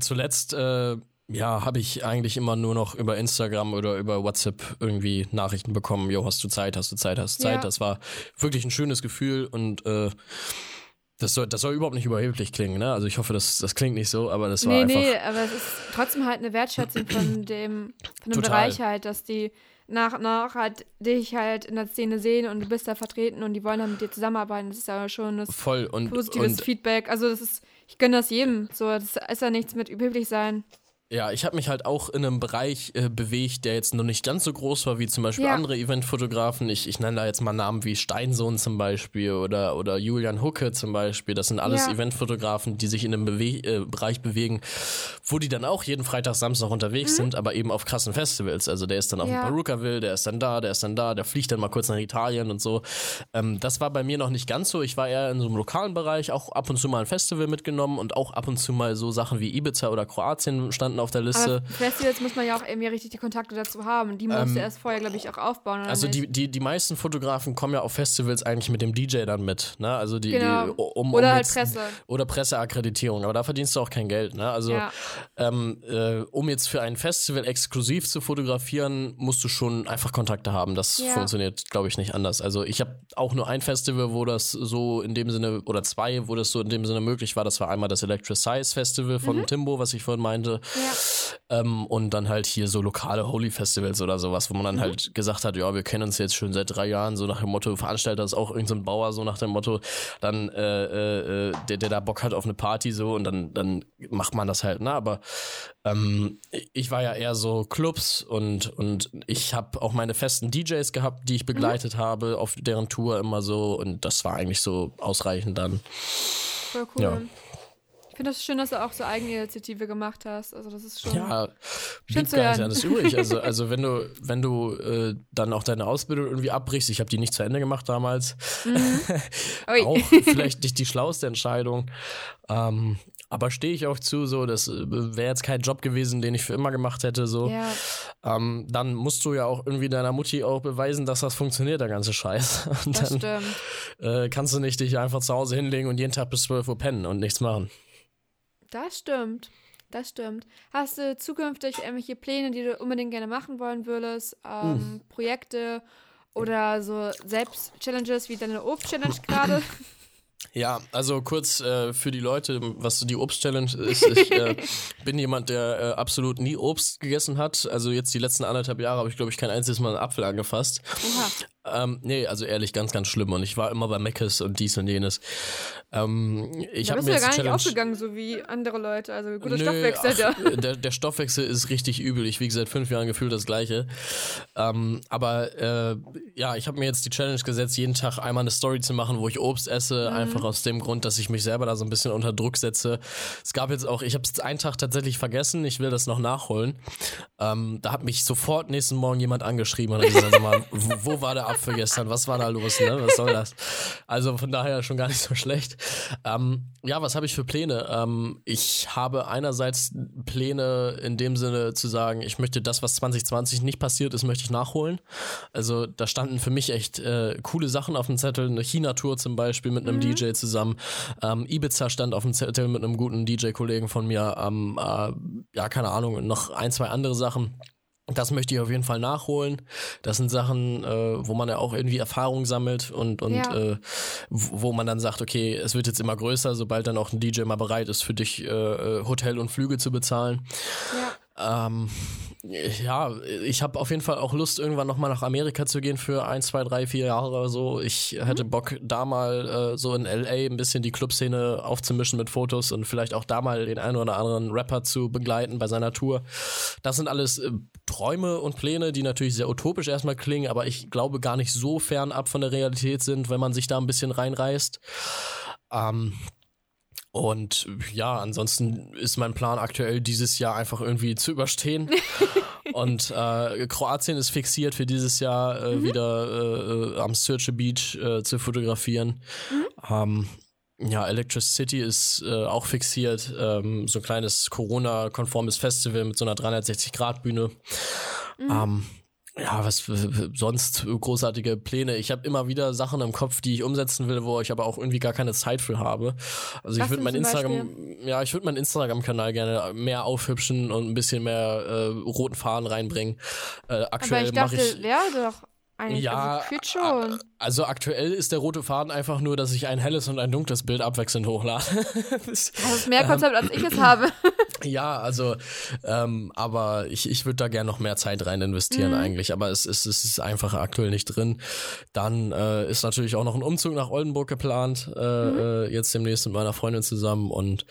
habe ich eigentlich immer nur noch über Instagram oder über WhatsApp irgendwie Nachrichten bekommen. Jo, hast du Zeit, hast du Zeit, hast du Zeit. Ja. Das war wirklich ein schönes Gefühl und das soll überhaupt nicht überheblich klingen, ne? Also ich hoffe, das klingt nicht so, aber das war einfach... Nee, aber es ist trotzdem halt eine Wertschätzung von dem Bereich halt, dass die nach und nach halt dich halt in der Szene sehen und du bist da vertreten und die wollen dann mit dir zusammenarbeiten. Das ist ja schon das positives Feedback. Also ich gönne das jedem. So, das ist ja nichts mit überheblich sein. Ja, ich habe mich halt auch in einem Bereich bewegt, der jetzt noch nicht ganz so groß war wie zum Beispiel andere Eventfotografen. Ich nenne da jetzt mal Namen wie Steinsohn zum Beispiel oder Julian Hucke zum Beispiel. Das sind alles Eventfotografen, die sich in einem Bereich bewegen, wo die dann auch jeden Freitag, Samstag unterwegs sind, aber eben auf krassen Festivals. Also der ist dann auf dem Perukaville, der ist dann da, der fliegt dann mal kurz nach Italien und so. Das war bei mir noch nicht ganz so. Ich war eher in so einem lokalen Bereich, auch ab und zu mal ein Festival mitgenommen und auch ab und zu mal so Sachen wie Ibiza oder Kroatien standen auf der Liste. Aber Festivals muss man ja auch irgendwie richtig die Kontakte dazu haben. Die musst du erst vorher, glaube ich, auch aufbauen. Oder also die meisten Fotografen kommen ja auf Festivals eigentlich mit dem DJ dann mit. Ne? Also oder halt Presse. Oder Presseakkreditierung. Aber da verdienst du auch kein Geld. Ne? Also um jetzt für ein Festival exklusiv zu fotografieren, musst du schon einfach Kontakte haben. Das funktioniert, glaube ich, nicht anders. Also ich habe auch nur ein Festival, wo das so in dem Sinne, oder zwei, wo das so in dem Sinne möglich war. Das war einmal das Electric Size Festival von Timbo, was ich vorhin meinte. Und dann halt hier so lokale Holy Festivals oder sowas, wo man dann halt gesagt hat, ja, wir kennen uns jetzt schon seit 3 Jahren, so nach dem Motto, Veranstalter ist auch irgendein so Bauer, so nach dem Motto, dann der da Bock hat auf eine Party so und dann macht man das halt, ne? Aber ich war ja eher so Clubs und ich habe auch meine festen DJs gehabt, die ich begleitet habe auf deren Tour immer so und das war eigentlich so ausreichend dann. Voll cool. Ja. Ich finde das schön, dass du auch so Eigeninitiative gemacht hast. Also das ist schon schön zu hören. Ja, das ist übrig. Also wenn du dann auch deine Ausbildung irgendwie abbrichst, ich habe die nicht zu Ende gemacht damals, auch vielleicht nicht die schlauste Entscheidung, Aber stehe ich auch zu, so, das wäre jetzt kein Job gewesen, den ich für immer gemacht hätte, so. Ja. Dann musst du ja auch irgendwie deiner Mutti auch beweisen, dass das funktioniert, der ganze Scheiß. Und Das dann stimmt. kannst du nicht dich einfach zu Hause hinlegen und jeden Tag bis 12 Uhr pennen und nichts machen. Das stimmt. Das stimmt. Hast du zukünftig irgendwelche Pläne, die du unbedingt gerne machen wollen würdest? Projekte oder so Selbst-Challenges wie deine Obst-Challenge gerade? Ja, also kurz für die Leute, was die Obst-Challenge ist. Ich bin jemand, der absolut nie Obst gegessen hat. Also jetzt die letzten 1,5 Jahre habe ich, glaube ich, kein einziges Mal einen Apfel angefasst. Oha. Nee, also ehrlich, ganz, ganz schlimm. Und ich war immer bei Mc's und dies und jenes. Ich Da habe bist mir du ja jetzt gar nicht Challenge. aufgegangen, so wie andere Leute. Also guter Nö, Stoffwechsel da. Der Stoffwechsel ist richtig übel. Ich wiege seit 5 Jahren gefühlt das Gleiche. Aber ich habe mir jetzt die Challenge gesetzt, jeden Tag einmal eine Story zu machen, wo ich Obst esse. Einfach aus dem Grund, dass ich mich selber da so ein bisschen unter Druck setze. Es gab jetzt auch, ich habe es einen Tag tatsächlich vergessen. Ich will das noch nachholen. Da hat mich sofort nächsten Morgen jemand angeschrieben und hat gesagt, sag mal, wo war der Apfel gestern? Was war da los? Ne? Was soll das? Also von daher schon gar nicht so schlecht. Was habe ich für Pläne? Ich habe einerseits Pläne in dem Sinne zu sagen, ich möchte das, was 2020 nicht passiert ist, möchte ich nachholen. Also da standen für mich echt coole Sachen auf dem Zettel. Eine China-Tour zum Beispiel mit einem DJ zusammen. Ibiza stand auf dem Zettel mit einem guten DJ-Kollegen von mir. Keine Ahnung, noch 1, 2 andere Sachen. Das möchte ich auf jeden Fall nachholen. Das sind Sachen, wo man ja auch irgendwie Erfahrung sammelt und wo man dann sagt, okay, es wird jetzt immer größer, sobald dann auch ein DJ mal bereit ist, für dich Hotel und Flüge zu bezahlen. Ich habe auf jeden Fall auch Lust, irgendwann nochmal nach Amerika zu gehen für 1, 2, 3, 4 Jahre oder so. Ich hätte Bock, da mal so in L.A. ein bisschen die Clubszene aufzumischen mit Fotos und vielleicht auch da mal den einen oder anderen Rapper zu begleiten bei seiner Tour. Das sind alles Träume und Pläne, die natürlich sehr utopisch erstmal klingen, aber ich glaube gar nicht so fernab von der Realität sind, wenn man sich da ein bisschen reinreißt. Und ja, ansonsten ist mein Plan aktuell, dieses Jahr einfach irgendwie zu überstehen. Und Kroatien ist fixiert für dieses Jahr wieder am Sirce Beach zu fotografieren. Electric City ist auch fixiert. So ein kleines Corona-konformes Festival mit so einer 360-Grad-Bühne. Was sonst großartige Pläne. Ich habe immer wieder Sachen im Kopf, die ich umsetzen will, wo ich aber auch irgendwie gar keine Zeit für habe. Also ich würde mein Instagram-Kanal gerne mehr aufhübschen und ein bisschen mehr roten Faden reinbringen. Aktuell aber ich dachte, wäre doch eigentlich. Ja, also schon. Also aktuell ist der rote Faden einfach nur, dass ich ein helles und ein dunkles Bild abwechselnd hochlade. Das ist mehr Konzept, als ich es habe. Ja, also, aber ich würde da gerne noch mehr Zeit rein investieren eigentlich, aber es ist einfach aktuell nicht drin. Dann ist natürlich auch noch ein Umzug nach Oldenburg geplant, jetzt demnächst mit meiner Freundin zusammen und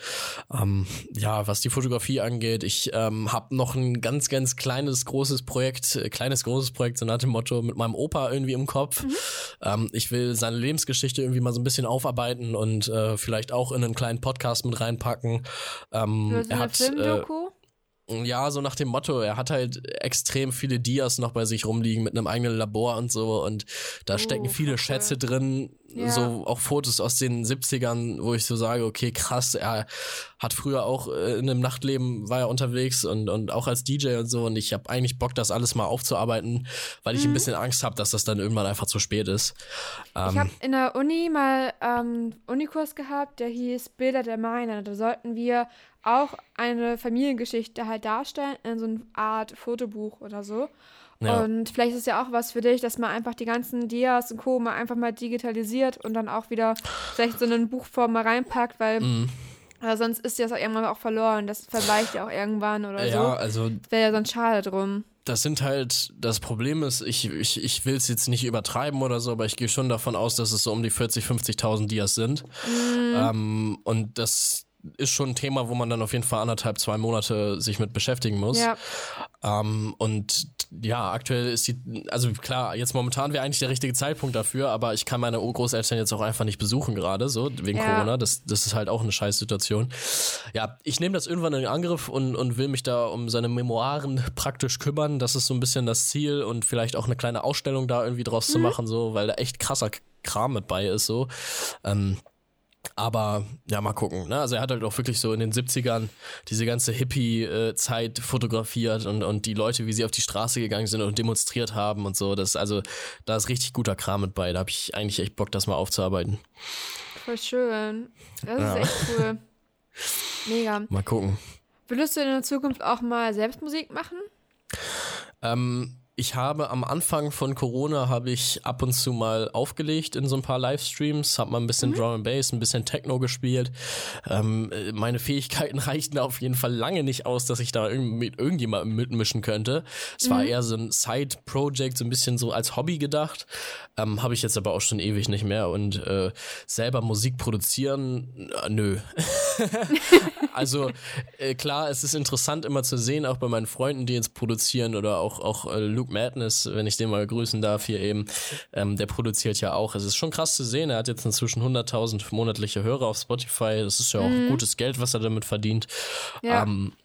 was die Fotografie angeht, ich habe noch ein ganz, ganz großes Projekt, so nach dem Motto, mit meinem Opa irgendwie im Kopf. Ich will seine Lebensgeschichte irgendwie mal so ein bisschen aufarbeiten und vielleicht auch in einen kleinen Podcast mit reinpacken. Er hat Filmdoku? Ja, so nach dem Motto, er hat halt extrem viele Dias noch bei sich rumliegen mit einem eigenen Labor und so und da stecken viele Schätze drin, so auch Fotos aus den 70ern, wo ich so sage, okay, krass, er hat früher auch in einem Nachtleben war er unterwegs und auch als DJ und so und ich habe eigentlich Bock, das alles mal aufzuarbeiten, weil ich ein bisschen Angst habe, dass das dann irgendwann einfach zu spät ist. Ich habe in der Uni mal Unikurs gehabt, der hieß Bilder der Miner. Da sollten wir auch eine Familiengeschichte halt darstellen in so einer Art Fotobuch oder so. Ja. Und vielleicht ist es ja auch was für dich, dass man einfach die ganzen Dias und Co. mal einfach mal digitalisiert und dann auch wieder vielleicht so in eine Buchform mal reinpackt, weil sonst ist das auch irgendwann auch verloren. Das verbleicht ja auch irgendwann oder so. Ja, also wäre ja sonst schade drum. Das Problem ist, ich will es jetzt nicht übertreiben oder so, aber ich gehe schon davon aus, dass es so um die 40.000, 50.000 Dias sind. Und das ist schon ein Thema, wo man dann auf jeden Fall 1,5, 2 Monate sich mit beschäftigen muss. Ja. Und ja, aktuell ist also klar, jetzt momentan wäre eigentlich der richtige Zeitpunkt dafür, aber ich kann meine Großeltern jetzt auch einfach nicht besuchen gerade, so, wegen Corona. Das ist halt auch eine Scheißsituation. Ja, ich nehme das irgendwann in Angriff und will mich da um seine Memoiren praktisch kümmern. Das ist so ein bisschen das Ziel und vielleicht auch eine kleine Ausstellung da irgendwie draus zu machen, so, weil da echt krasser Kram mit bei ist, so. Aber ja, mal gucken. Ne? Also er hat halt auch wirklich so in den 70ern diese ganze Hippie-Zeit fotografiert und die Leute, wie sie auf die Straße gegangen sind und demonstriert haben und so. Da ist richtig guter Kram mit bei. Da habe ich eigentlich echt Bock, das mal aufzuarbeiten. Voll schön. Das ist echt cool. Mega. Mal gucken. Würdest du in der Zukunft auch mal selbst Musik machen? Ich habe am Anfang von Corona ab und zu mal aufgelegt in so ein paar Livestreams, habe mal ein bisschen Drum and Bass, ein bisschen Techno gespielt. Meine Fähigkeiten reichten auf jeden Fall lange nicht aus, dass ich da mit irgendjemandem mitmischen könnte. Es war eher so ein Side-Project, so ein bisschen so als Hobby gedacht. Habe ich jetzt aber auch schon ewig nicht mehr. Und selber Musik produzieren, nö. Also klar, es ist interessant immer zu sehen, auch bei meinen Freunden, die jetzt produzieren oder auch Luke Madness, wenn ich den mal grüßen darf hier eben, der produziert ja auch. Es ist schon krass zu sehen, er hat jetzt inzwischen 100.000 monatliche Hörer auf Spotify, das ist ja auch gutes Geld, was er damit verdient. Ja.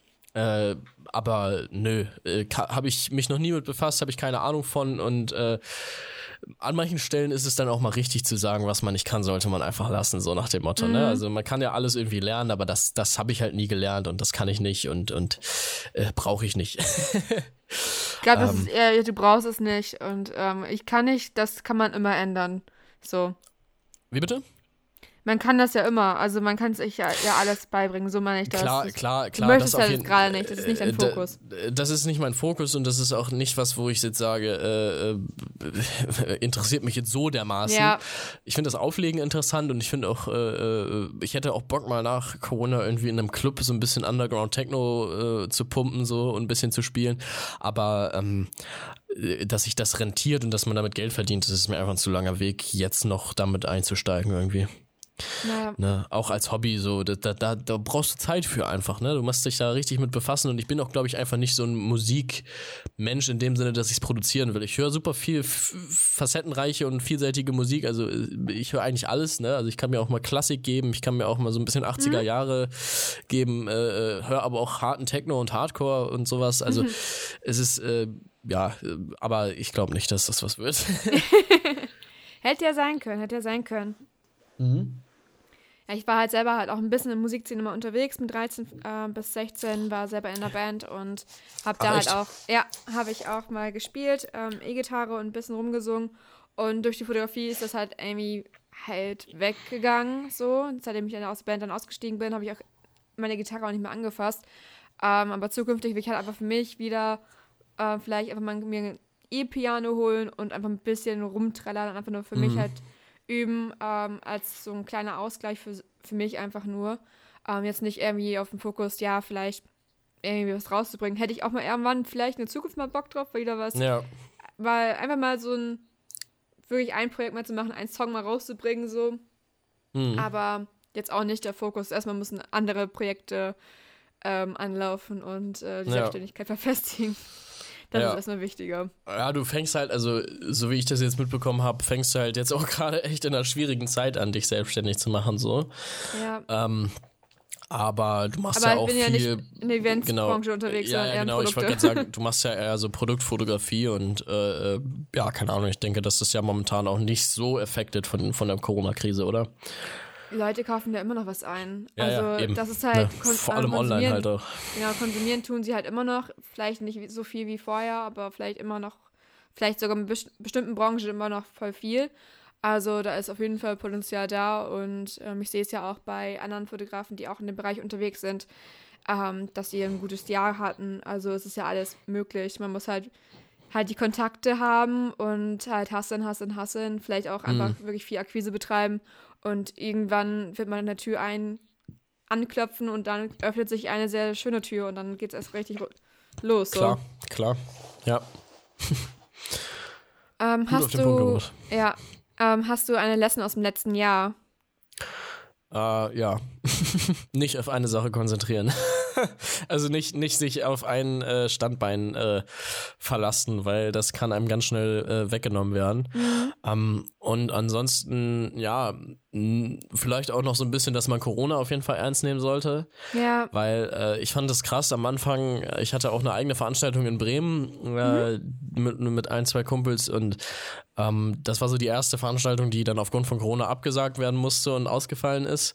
Aber nö, habe ich mich noch nie mit befasst, habe ich keine Ahnung von und an manchen Stellen ist es dann auch mal richtig zu sagen, was man nicht kann, sollte man einfach lassen, so nach dem Motto. Ne? Also man kann ja alles irgendwie lernen, aber das habe ich halt nie gelernt und das kann ich nicht und brauche ich nicht. Ich glaube, das ist eher, du brauchst es nicht und ich kann nicht, das kann man immer ändern. So. Wie bitte? Man kann das ja immer, also man kann sich ja alles beibringen, so meine ich das. Klar. Du möchtest das jetzt gerade nicht, das ist nicht dein Fokus. Das ist nicht mein Fokus und das ist auch nicht was, wo ich jetzt sage, interessiert mich jetzt so dermaßen. Ja. Ich finde das Auflegen interessant und ich finde auch, ich hätte auch Bock mal nach Corona irgendwie in einem Club so ein bisschen Underground-Techno zu pumpen so und ein bisschen zu spielen, aber dass sich das rentiert und dass man damit Geld verdient, das ist mir einfach ein zu langer Weg, jetzt noch damit einzusteigen irgendwie. Naja. Ne, auch als Hobby, so, da brauchst du Zeit für einfach, ne? Du musst dich da richtig mit befassen und ich bin auch, glaube ich, einfach nicht so ein Musikmensch in dem Sinne, dass ich es produzieren will. Ich höre super viel facettenreiche und vielseitige Musik, also ich höre eigentlich alles, ne? Also ich kann mir auch mal Klassik geben, ich kann mir auch mal so ein bisschen 80er Jahre geben, höre aber auch harten Techno und Hardcore und sowas, also es ist, ja, aber ich glaube nicht, dass das was wird. Hätte ja sein können. Ja, ich war halt selber halt auch ein bisschen in der Musikszene mal unterwegs, mit 13 bis 16, war selber in der Band und habe da halt auch, habe ich auch mal gespielt, E-Gitarre und ein bisschen rumgesungen und durch die Fotografie ist das halt irgendwie halt weggegangen, so, und seitdem ich aus der Band dann ausgestiegen bin, habe ich auch meine Gitarre auch nicht mehr angefasst, aber zukünftig will ich halt einfach für mich wieder vielleicht einfach mal mir ein E-Piano holen und einfach ein bisschen rumträllern und einfach nur für mich halt üben, als so ein kleiner Ausgleich für mich einfach nur. Jetzt nicht irgendwie auf dem Fokus, ja, vielleicht irgendwie was rauszubringen. Hätte ich auch mal irgendwann vielleicht in der Zukunft mal Bock drauf, wieder was. Ja. Weil einfach mal so wirklich ein Projekt mal zu machen, einen Song mal rauszubringen, so. Aber jetzt auch nicht der Fokus. Erstmal müssen andere Projekte anlaufen und die Selbstständigkeit verfestigen. Das ist erstmal wichtiger. Ja, du fängst halt, also so wie ich das jetzt mitbekommen habe, fängst du halt jetzt auch gerade echt in einer schwierigen Zeit an, dich selbstständig zu machen, so. Ja. Aber du machst ja auch viel... Aber ich bin ja nicht in der Eventsbranche unterwegs, sondern eher in Produkte. Ich wollte gerade sagen, du machst ja eher so Produktfotografie und ja, keine Ahnung, ich denke, das ist ja momentan auch nicht so affected von der Corona-Krise, oder? Die Leute kaufen ja immer noch was ein. Ja, also eben. Das ist halt... Vor allem online halt auch. Genau, konsumieren tun sie halt immer noch. Vielleicht nicht so viel wie vorher, aber vielleicht immer noch, vielleicht sogar in bestimmten Branchen immer noch voll viel. Also da ist auf jeden Fall Potenzial da und ich sehe es ja auch bei anderen Fotografen, die auch in dem Bereich unterwegs sind, dass sie ein gutes Jahr hatten. Also es ist ja alles möglich. Man muss halt die Kontakte haben und halt hasseln, vielleicht auch einfach wirklich viel Akquise betreiben und irgendwann wird man an der Tür anklopfen und dann öffnet sich eine sehr schöne Tür und dann geht es erst richtig los. So. Klar, ja. Hast du eine Lesson aus dem letzten Jahr? Ja. Nicht auf eine Sache konzentrieren. Also nicht sich auf ein Standbein verlassen, weil das kann einem ganz schnell weggenommen werden. Und ansonsten, ja, vielleicht auch noch so ein bisschen, dass man Corona auf jeden Fall ernst nehmen sollte. Ja. Weil ich fand das krass am Anfang. Ich hatte auch eine eigene Veranstaltung in Bremen mit ein, zwei Kumpels und das war so die erste Veranstaltung, die dann aufgrund von Corona abgesagt werden musste und ausgefallen ist.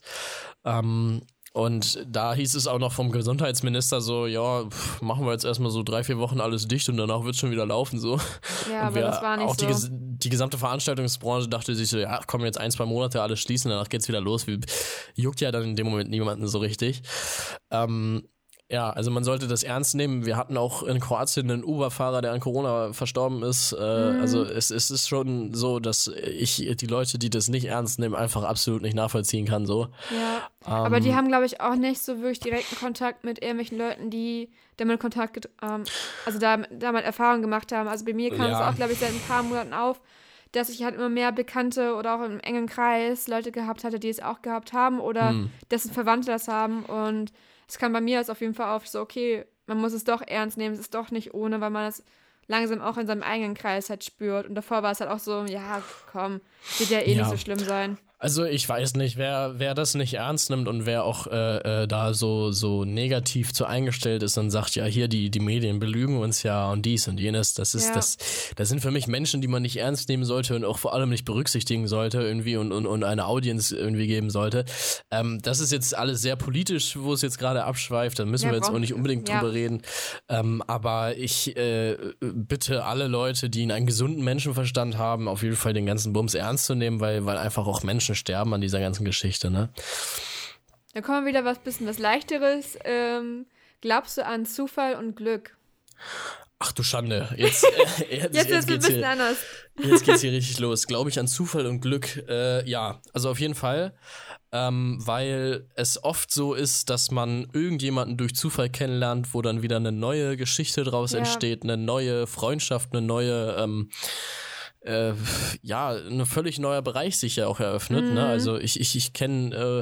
Und da hieß es auch noch vom Gesundheitsminister so, ja, machen wir jetzt erstmal so 3-4 Wochen alles dicht und danach wird es schon wieder laufen so. Ja, aber das war nicht auch so. Die gesamte Veranstaltungsbranche dachte sich so, ja, komm, jetzt 1-2 Monate alles schließen, danach geht's wieder los. Juckt ja dann in dem Moment niemanden so richtig. Ja, also man sollte das ernst nehmen. Wir hatten auch in Kroatien einen Uber-Fahrer, der an Corona verstorben ist. Also es ist schon so, dass ich die Leute, die das nicht ernst nehmen, einfach absolut nicht nachvollziehen kann. So. Ja, aber die haben, glaube ich, auch nicht so wirklich direkten Kontakt mit irgendwelchen Leuten, die damit damit Erfahrung gemacht haben. Also bei mir kam es auch, glaube ich, seit ein paar Monaten auf, dass ich halt immer mehr Bekannte oder auch im engen Kreis Leute gehabt hatte, die es auch gehabt haben oder dessen Verwandte das haben. Und es kam bei mir jetzt auf jeden Fall auf, so okay, man muss es doch ernst nehmen, es ist doch nicht ohne, weil man das langsam auch in seinem eigenen Kreis halt spürt. Und davor war es halt auch so, ja, komm, wird ja nicht so schlimm sein. Also ich weiß nicht, wer das nicht ernst nimmt und wer auch da so negativ zu eingestellt ist und sagt, ja, hier die Medien belügen uns ja und dies und jenes, das sind für mich Menschen, die man nicht ernst nehmen sollte und auch vor allem nicht berücksichtigen sollte irgendwie und eine Audience irgendwie geben sollte. Das ist jetzt alles sehr politisch, wo es jetzt gerade abschweift, da müssen wir jetzt auch nicht unbedingt drüber reden. Aber ich bitte alle Leute, die einen gesunden Menschenverstand haben, auf jeden Fall den ganzen Bums ernst zu nehmen, weil einfach auch Menschen sterben an dieser ganzen Geschichte, ne? Dann kommen wir wieder was Leichteres. Glaubst du an Zufall und Glück? Ach du Schande, jetzt ist es ein bisschen anders. Jetzt geht's hier richtig los. Glaube ich an Zufall und Glück? Ja, also auf jeden Fall, weil es oft so ist, dass man irgendjemanden durch Zufall kennenlernt, wo dann wieder eine neue Geschichte draus entsteht, eine neue Freundschaft, eine neue ein völlig neuer Bereich sich ja auch eröffnet. Ne? Also ich kenne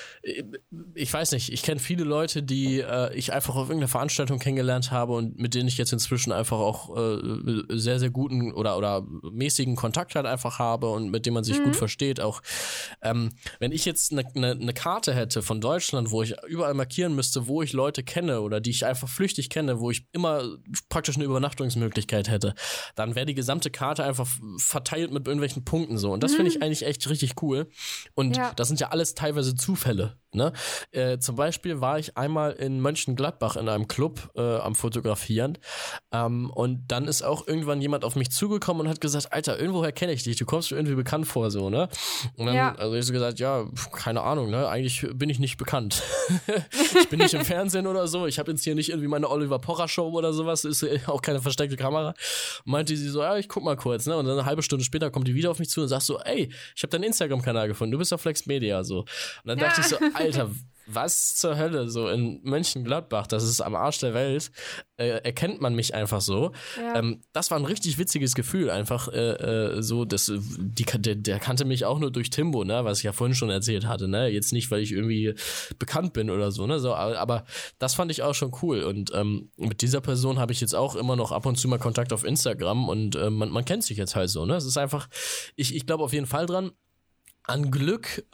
ich weiß nicht, ich kenne viele Leute, die ich einfach auf irgendeiner Veranstaltung kennengelernt habe und mit denen ich jetzt inzwischen einfach auch sehr, sehr guten oder mäßigen Kontakt halt einfach habe und mit denen man sich gut versteht. Auch wenn ich jetzt eine Karte hätte von Deutschland, wo ich überall markieren müsste, wo ich Leute kenne oder die ich einfach flüchtig kenne, wo ich immer praktisch eine Übernachtungsmöglichkeit hätte, dann wäre die gesamte Karte einfach verteilt mit irgendwelchen Punkten so. Und das finde ich eigentlich echt richtig cool. Und das sind ja alles teilweise Zufälle. Ne? Zum Beispiel war ich einmal in Mönchengladbach in einem Club am Fotografieren und dann ist auch irgendwann jemand auf mich zugekommen und hat gesagt, Alter, irgendwoher kenne ich dich, du kommst mir irgendwie bekannt vor, so, ne? Und dann also ich so gesagt, ja, keine Ahnung, ne? Eigentlich bin ich nicht bekannt. Ich bin nicht im Fernsehen oder so, ich habe jetzt hier nicht irgendwie meine Oliver Pocher Show oder sowas, ist auch keine versteckte Kamera. Meinte sie so, ja, ich guck mal kurz, ne? Und dann eine halbe Stunde später kommt die wieder auf mich zu und sagt so, ey, ich habe deinen Instagram-Kanal gefunden, du bist auf Flex Media, so. Und dann dachte ich so, Alter, was zur Hölle, so in Mönchengladbach, das ist am Arsch der Welt, erkennt man mich einfach so. Ja. Das war ein richtig witziges Gefühl, einfach so, der kannte mich auch nur durch Timbo, ne, was ich ja vorhin schon erzählt hatte, ne, jetzt nicht, weil ich irgendwie bekannt bin oder so, ne, so, aber das fand ich auch schon cool und mit dieser Person habe ich jetzt auch immer noch ab und zu mal Kontakt auf Instagram und man kennt sich jetzt halt so, ne, es ist einfach, ich glaube auf jeden Fall dran, an Glück,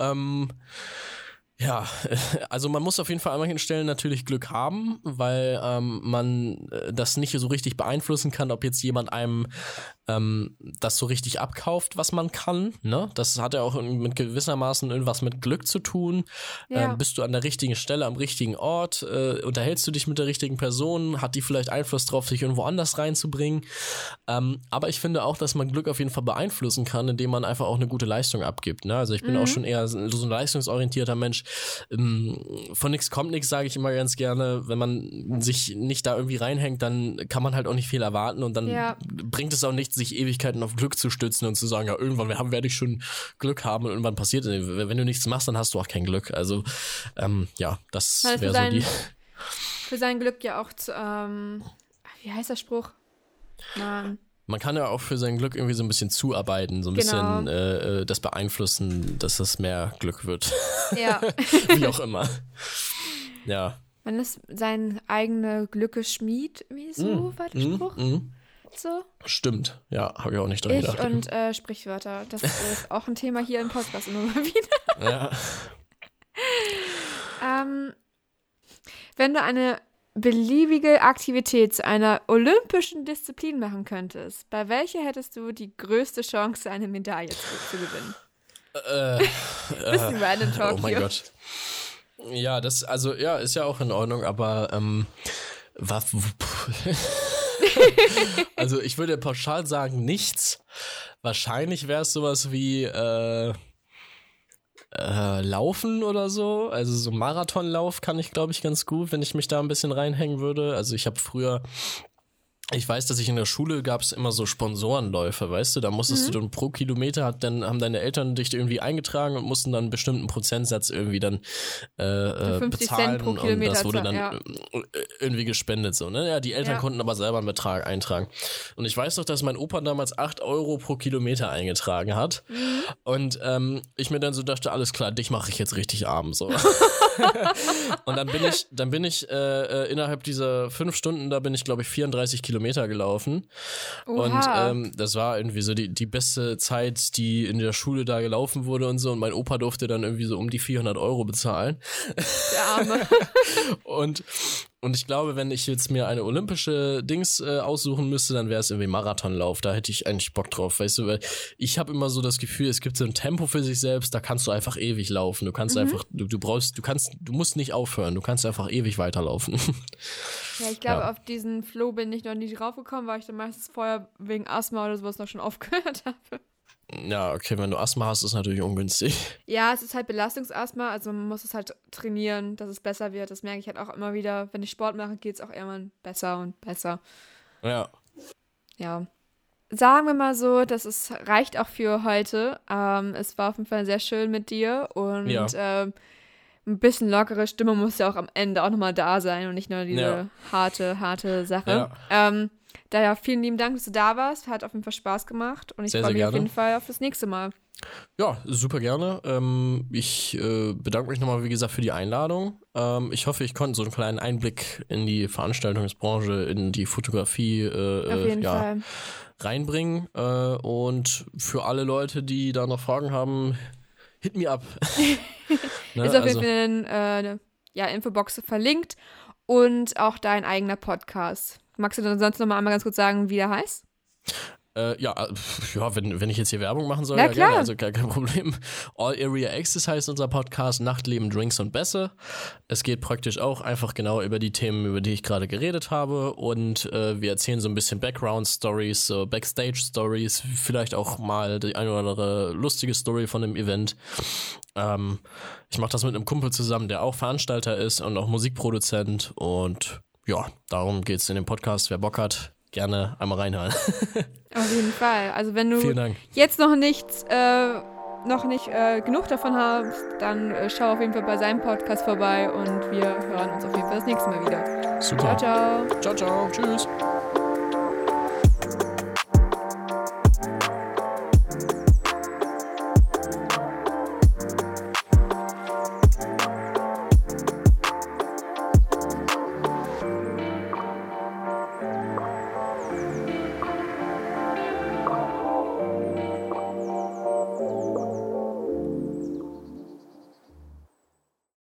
ja, also man muss auf jeden Fall an manchen Stellen natürlich Glück haben, weil man das nicht so richtig beeinflussen kann, ob jetzt jemand einem das so richtig abkauft, was man kann. Ne? Das hat ja auch mit gewissermaßen irgendwas mit Glück zu tun. Ja. Bist du an der richtigen Stelle, am richtigen Ort? Unterhältst du dich mit der richtigen Person? Hat die vielleicht Einfluss drauf, sich irgendwo anders reinzubringen? Aber ich finde auch, dass man Glück auf jeden Fall beeinflussen kann, indem man einfach auch eine gute Leistung abgibt. Ne? Also ich bin auch schon eher so ein leistungsorientierter Mensch. Von nichts kommt nichts, sage ich immer ganz gerne. Wenn man sich nicht da irgendwie reinhängt, dann kann man halt auch nicht viel erwarten und dann bringt es auch nichts, sich Ewigkeiten auf Glück zu stützen und zu sagen, ja, irgendwann werde ich schon Glück haben und irgendwann passiert es. Wenn du nichts machst, dann hast du auch kein Glück. Also, das wäre so die... Für sein Glück ja auch zu, wie heißt der Spruch? Man kann ja auch für sein Glück irgendwie so ein bisschen zuarbeiten, so ein bisschen das beeinflussen, dass es mehr Glück wird. Ja. Wie auch immer. Ja. Man ist sein eigene Glückes Schmied, wie so war der Spruch? So. Stimmt, ja, habe ich auch nicht dran gedacht. Und Sprichwörter, das ist auch ein Thema hier im Podcast immer mal wieder. Ja. Wenn du eine beliebige Aktivität zu einer olympischen Disziplin machen könntest, bei welcher hättest du die größte Chance, eine Medaille zu gewinnen? Bisschen random Talk oh mein hier. Gott. Ja, das, also, ja, ist ja auch in Ordnung, aber, also, ich würde pauschal sagen, nichts. Wahrscheinlich wäre es sowas wie, Laufen oder so. Also, so Marathonlauf kann ich, glaube ich, ganz gut, wenn ich mich da ein bisschen reinhängen würde. Also, ich habe früher. Ich weiß, dass ich in der Schule gab es immer so Sponsorenläufe, weißt du, da musstest du dann pro Kilometer, haben deine Eltern dich irgendwie eingetragen und mussten dann einen bestimmten Prozentsatz irgendwie dann 50 bezahlen Cent pro und Kilometer, das wurde dann ja. irgendwie gespendet, so, ne? Ja, die Eltern konnten aber selber einen Betrag eintragen. Und ich weiß doch, dass mein Opa damals 8 Euro pro Kilometer eingetragen hat und ich mir dann so dachte, alles klar, dich mache ich jetzt richtig arm, so. Und dann bin ich innerhalb dieser 5 Stunden, da bin ich, glaube ich, 34 Kilometer gelaufen. Oha. Und das war irgendwie so die beste Zeit, die in der Schule da gelaufen wurde und so. Und mein Opa durfte dann irgendwie so um die 400 Euro bezahlen. Der Arme. Und ich glaube, wenn ich jetzt mir eine olympische Dings aussuchen müsste, dann wäre es irgendwie Marathonlauf. Da hätte ich eigentlich Bock drauf, weißt du, weil ich habe immer so das Gefühl, es gibt so ein Tempo für sich selbst, da kannst du einfach ewig laufen. Du kannst einfach, du musst nicht aufhören, du kannst einfach ewig weiterlaufen. Ja, ich glaube, auf diesen Flow bin ich noch nie draufgekommen, weil ich dann meistens vorher wegen Asthma oder sowas noch schon aufgehört habe. Ja, okay, wenn du Asthma hast, ist natürlich ungünstig. Ja, es ist halt Belastungsasthma, also man muss es halt trainieren, dass es besser wird. Das merke ich halt auch immer wieder. Wenn ich Sport mache, geht es auch irgendwann besser und besser. Ja. Ja. Sagen wir mal so, dass es reicht auch für heute. Es war auf jeden Fall sehr schön mit dir und ein bisschen lockere Stimme muss ja auch am Ende auch nochmal da sein und nicht nur diese harte Sache. Ja. Daher vielen lieben Dank, dass du da warst. Hat auf jeden Fall Spaß gemacht und ich freue mich auf jeden Fall auf das nächste Mal. Ja, super gerne. Ich bedanke mich nochmal, wie gesagt, für die Einladung. Ich hoffe, ich konnte so einen kleinen Einblick in die Veranstaltungsbranche, in die Fotografie auf jeden Fall reinbringen. Und für alle Leute, die da noch Fragen haben, hit me up. Ne, ist auf jeden Fall eine Infobox verlinkt und auch dein eigener Podcast. Magst du dann sonst noch mal einmal ganz kurz sagen, wie der heißt? Wenn ich jetzt hier Werbung machen soll, ja gerne, also gar kein Problem. All Area Access heißt unser Podcast, Nachtleben, Drinks und Bässe. Es geht praktisch auch einfach genau über die Themen, über die ich gerade geredet habe und wir erzählen so ein bisschen Background-Stories, so Backstage-Stories, vielleicht auch mal die eine oder andere lustige Story von einem Event. Ich mache das mit einem Kumpel zusammen, der auch Veranstalter ist und auch Musikproduzent und ja, darum geht's in dem Podcast. Wer Bock hat, gerne einmal reinhören. Auf jeden Fall. Also wenn du Vielen Dank. Jetzt noch nicht genug davon hast, dann schau auf jeden Fall bei seinem Podcast vorbei und wir hören uns auf jeden Fall das nächste Mal wieder. Super. Ciao, ciao. Ciao, ciao. Tschüss.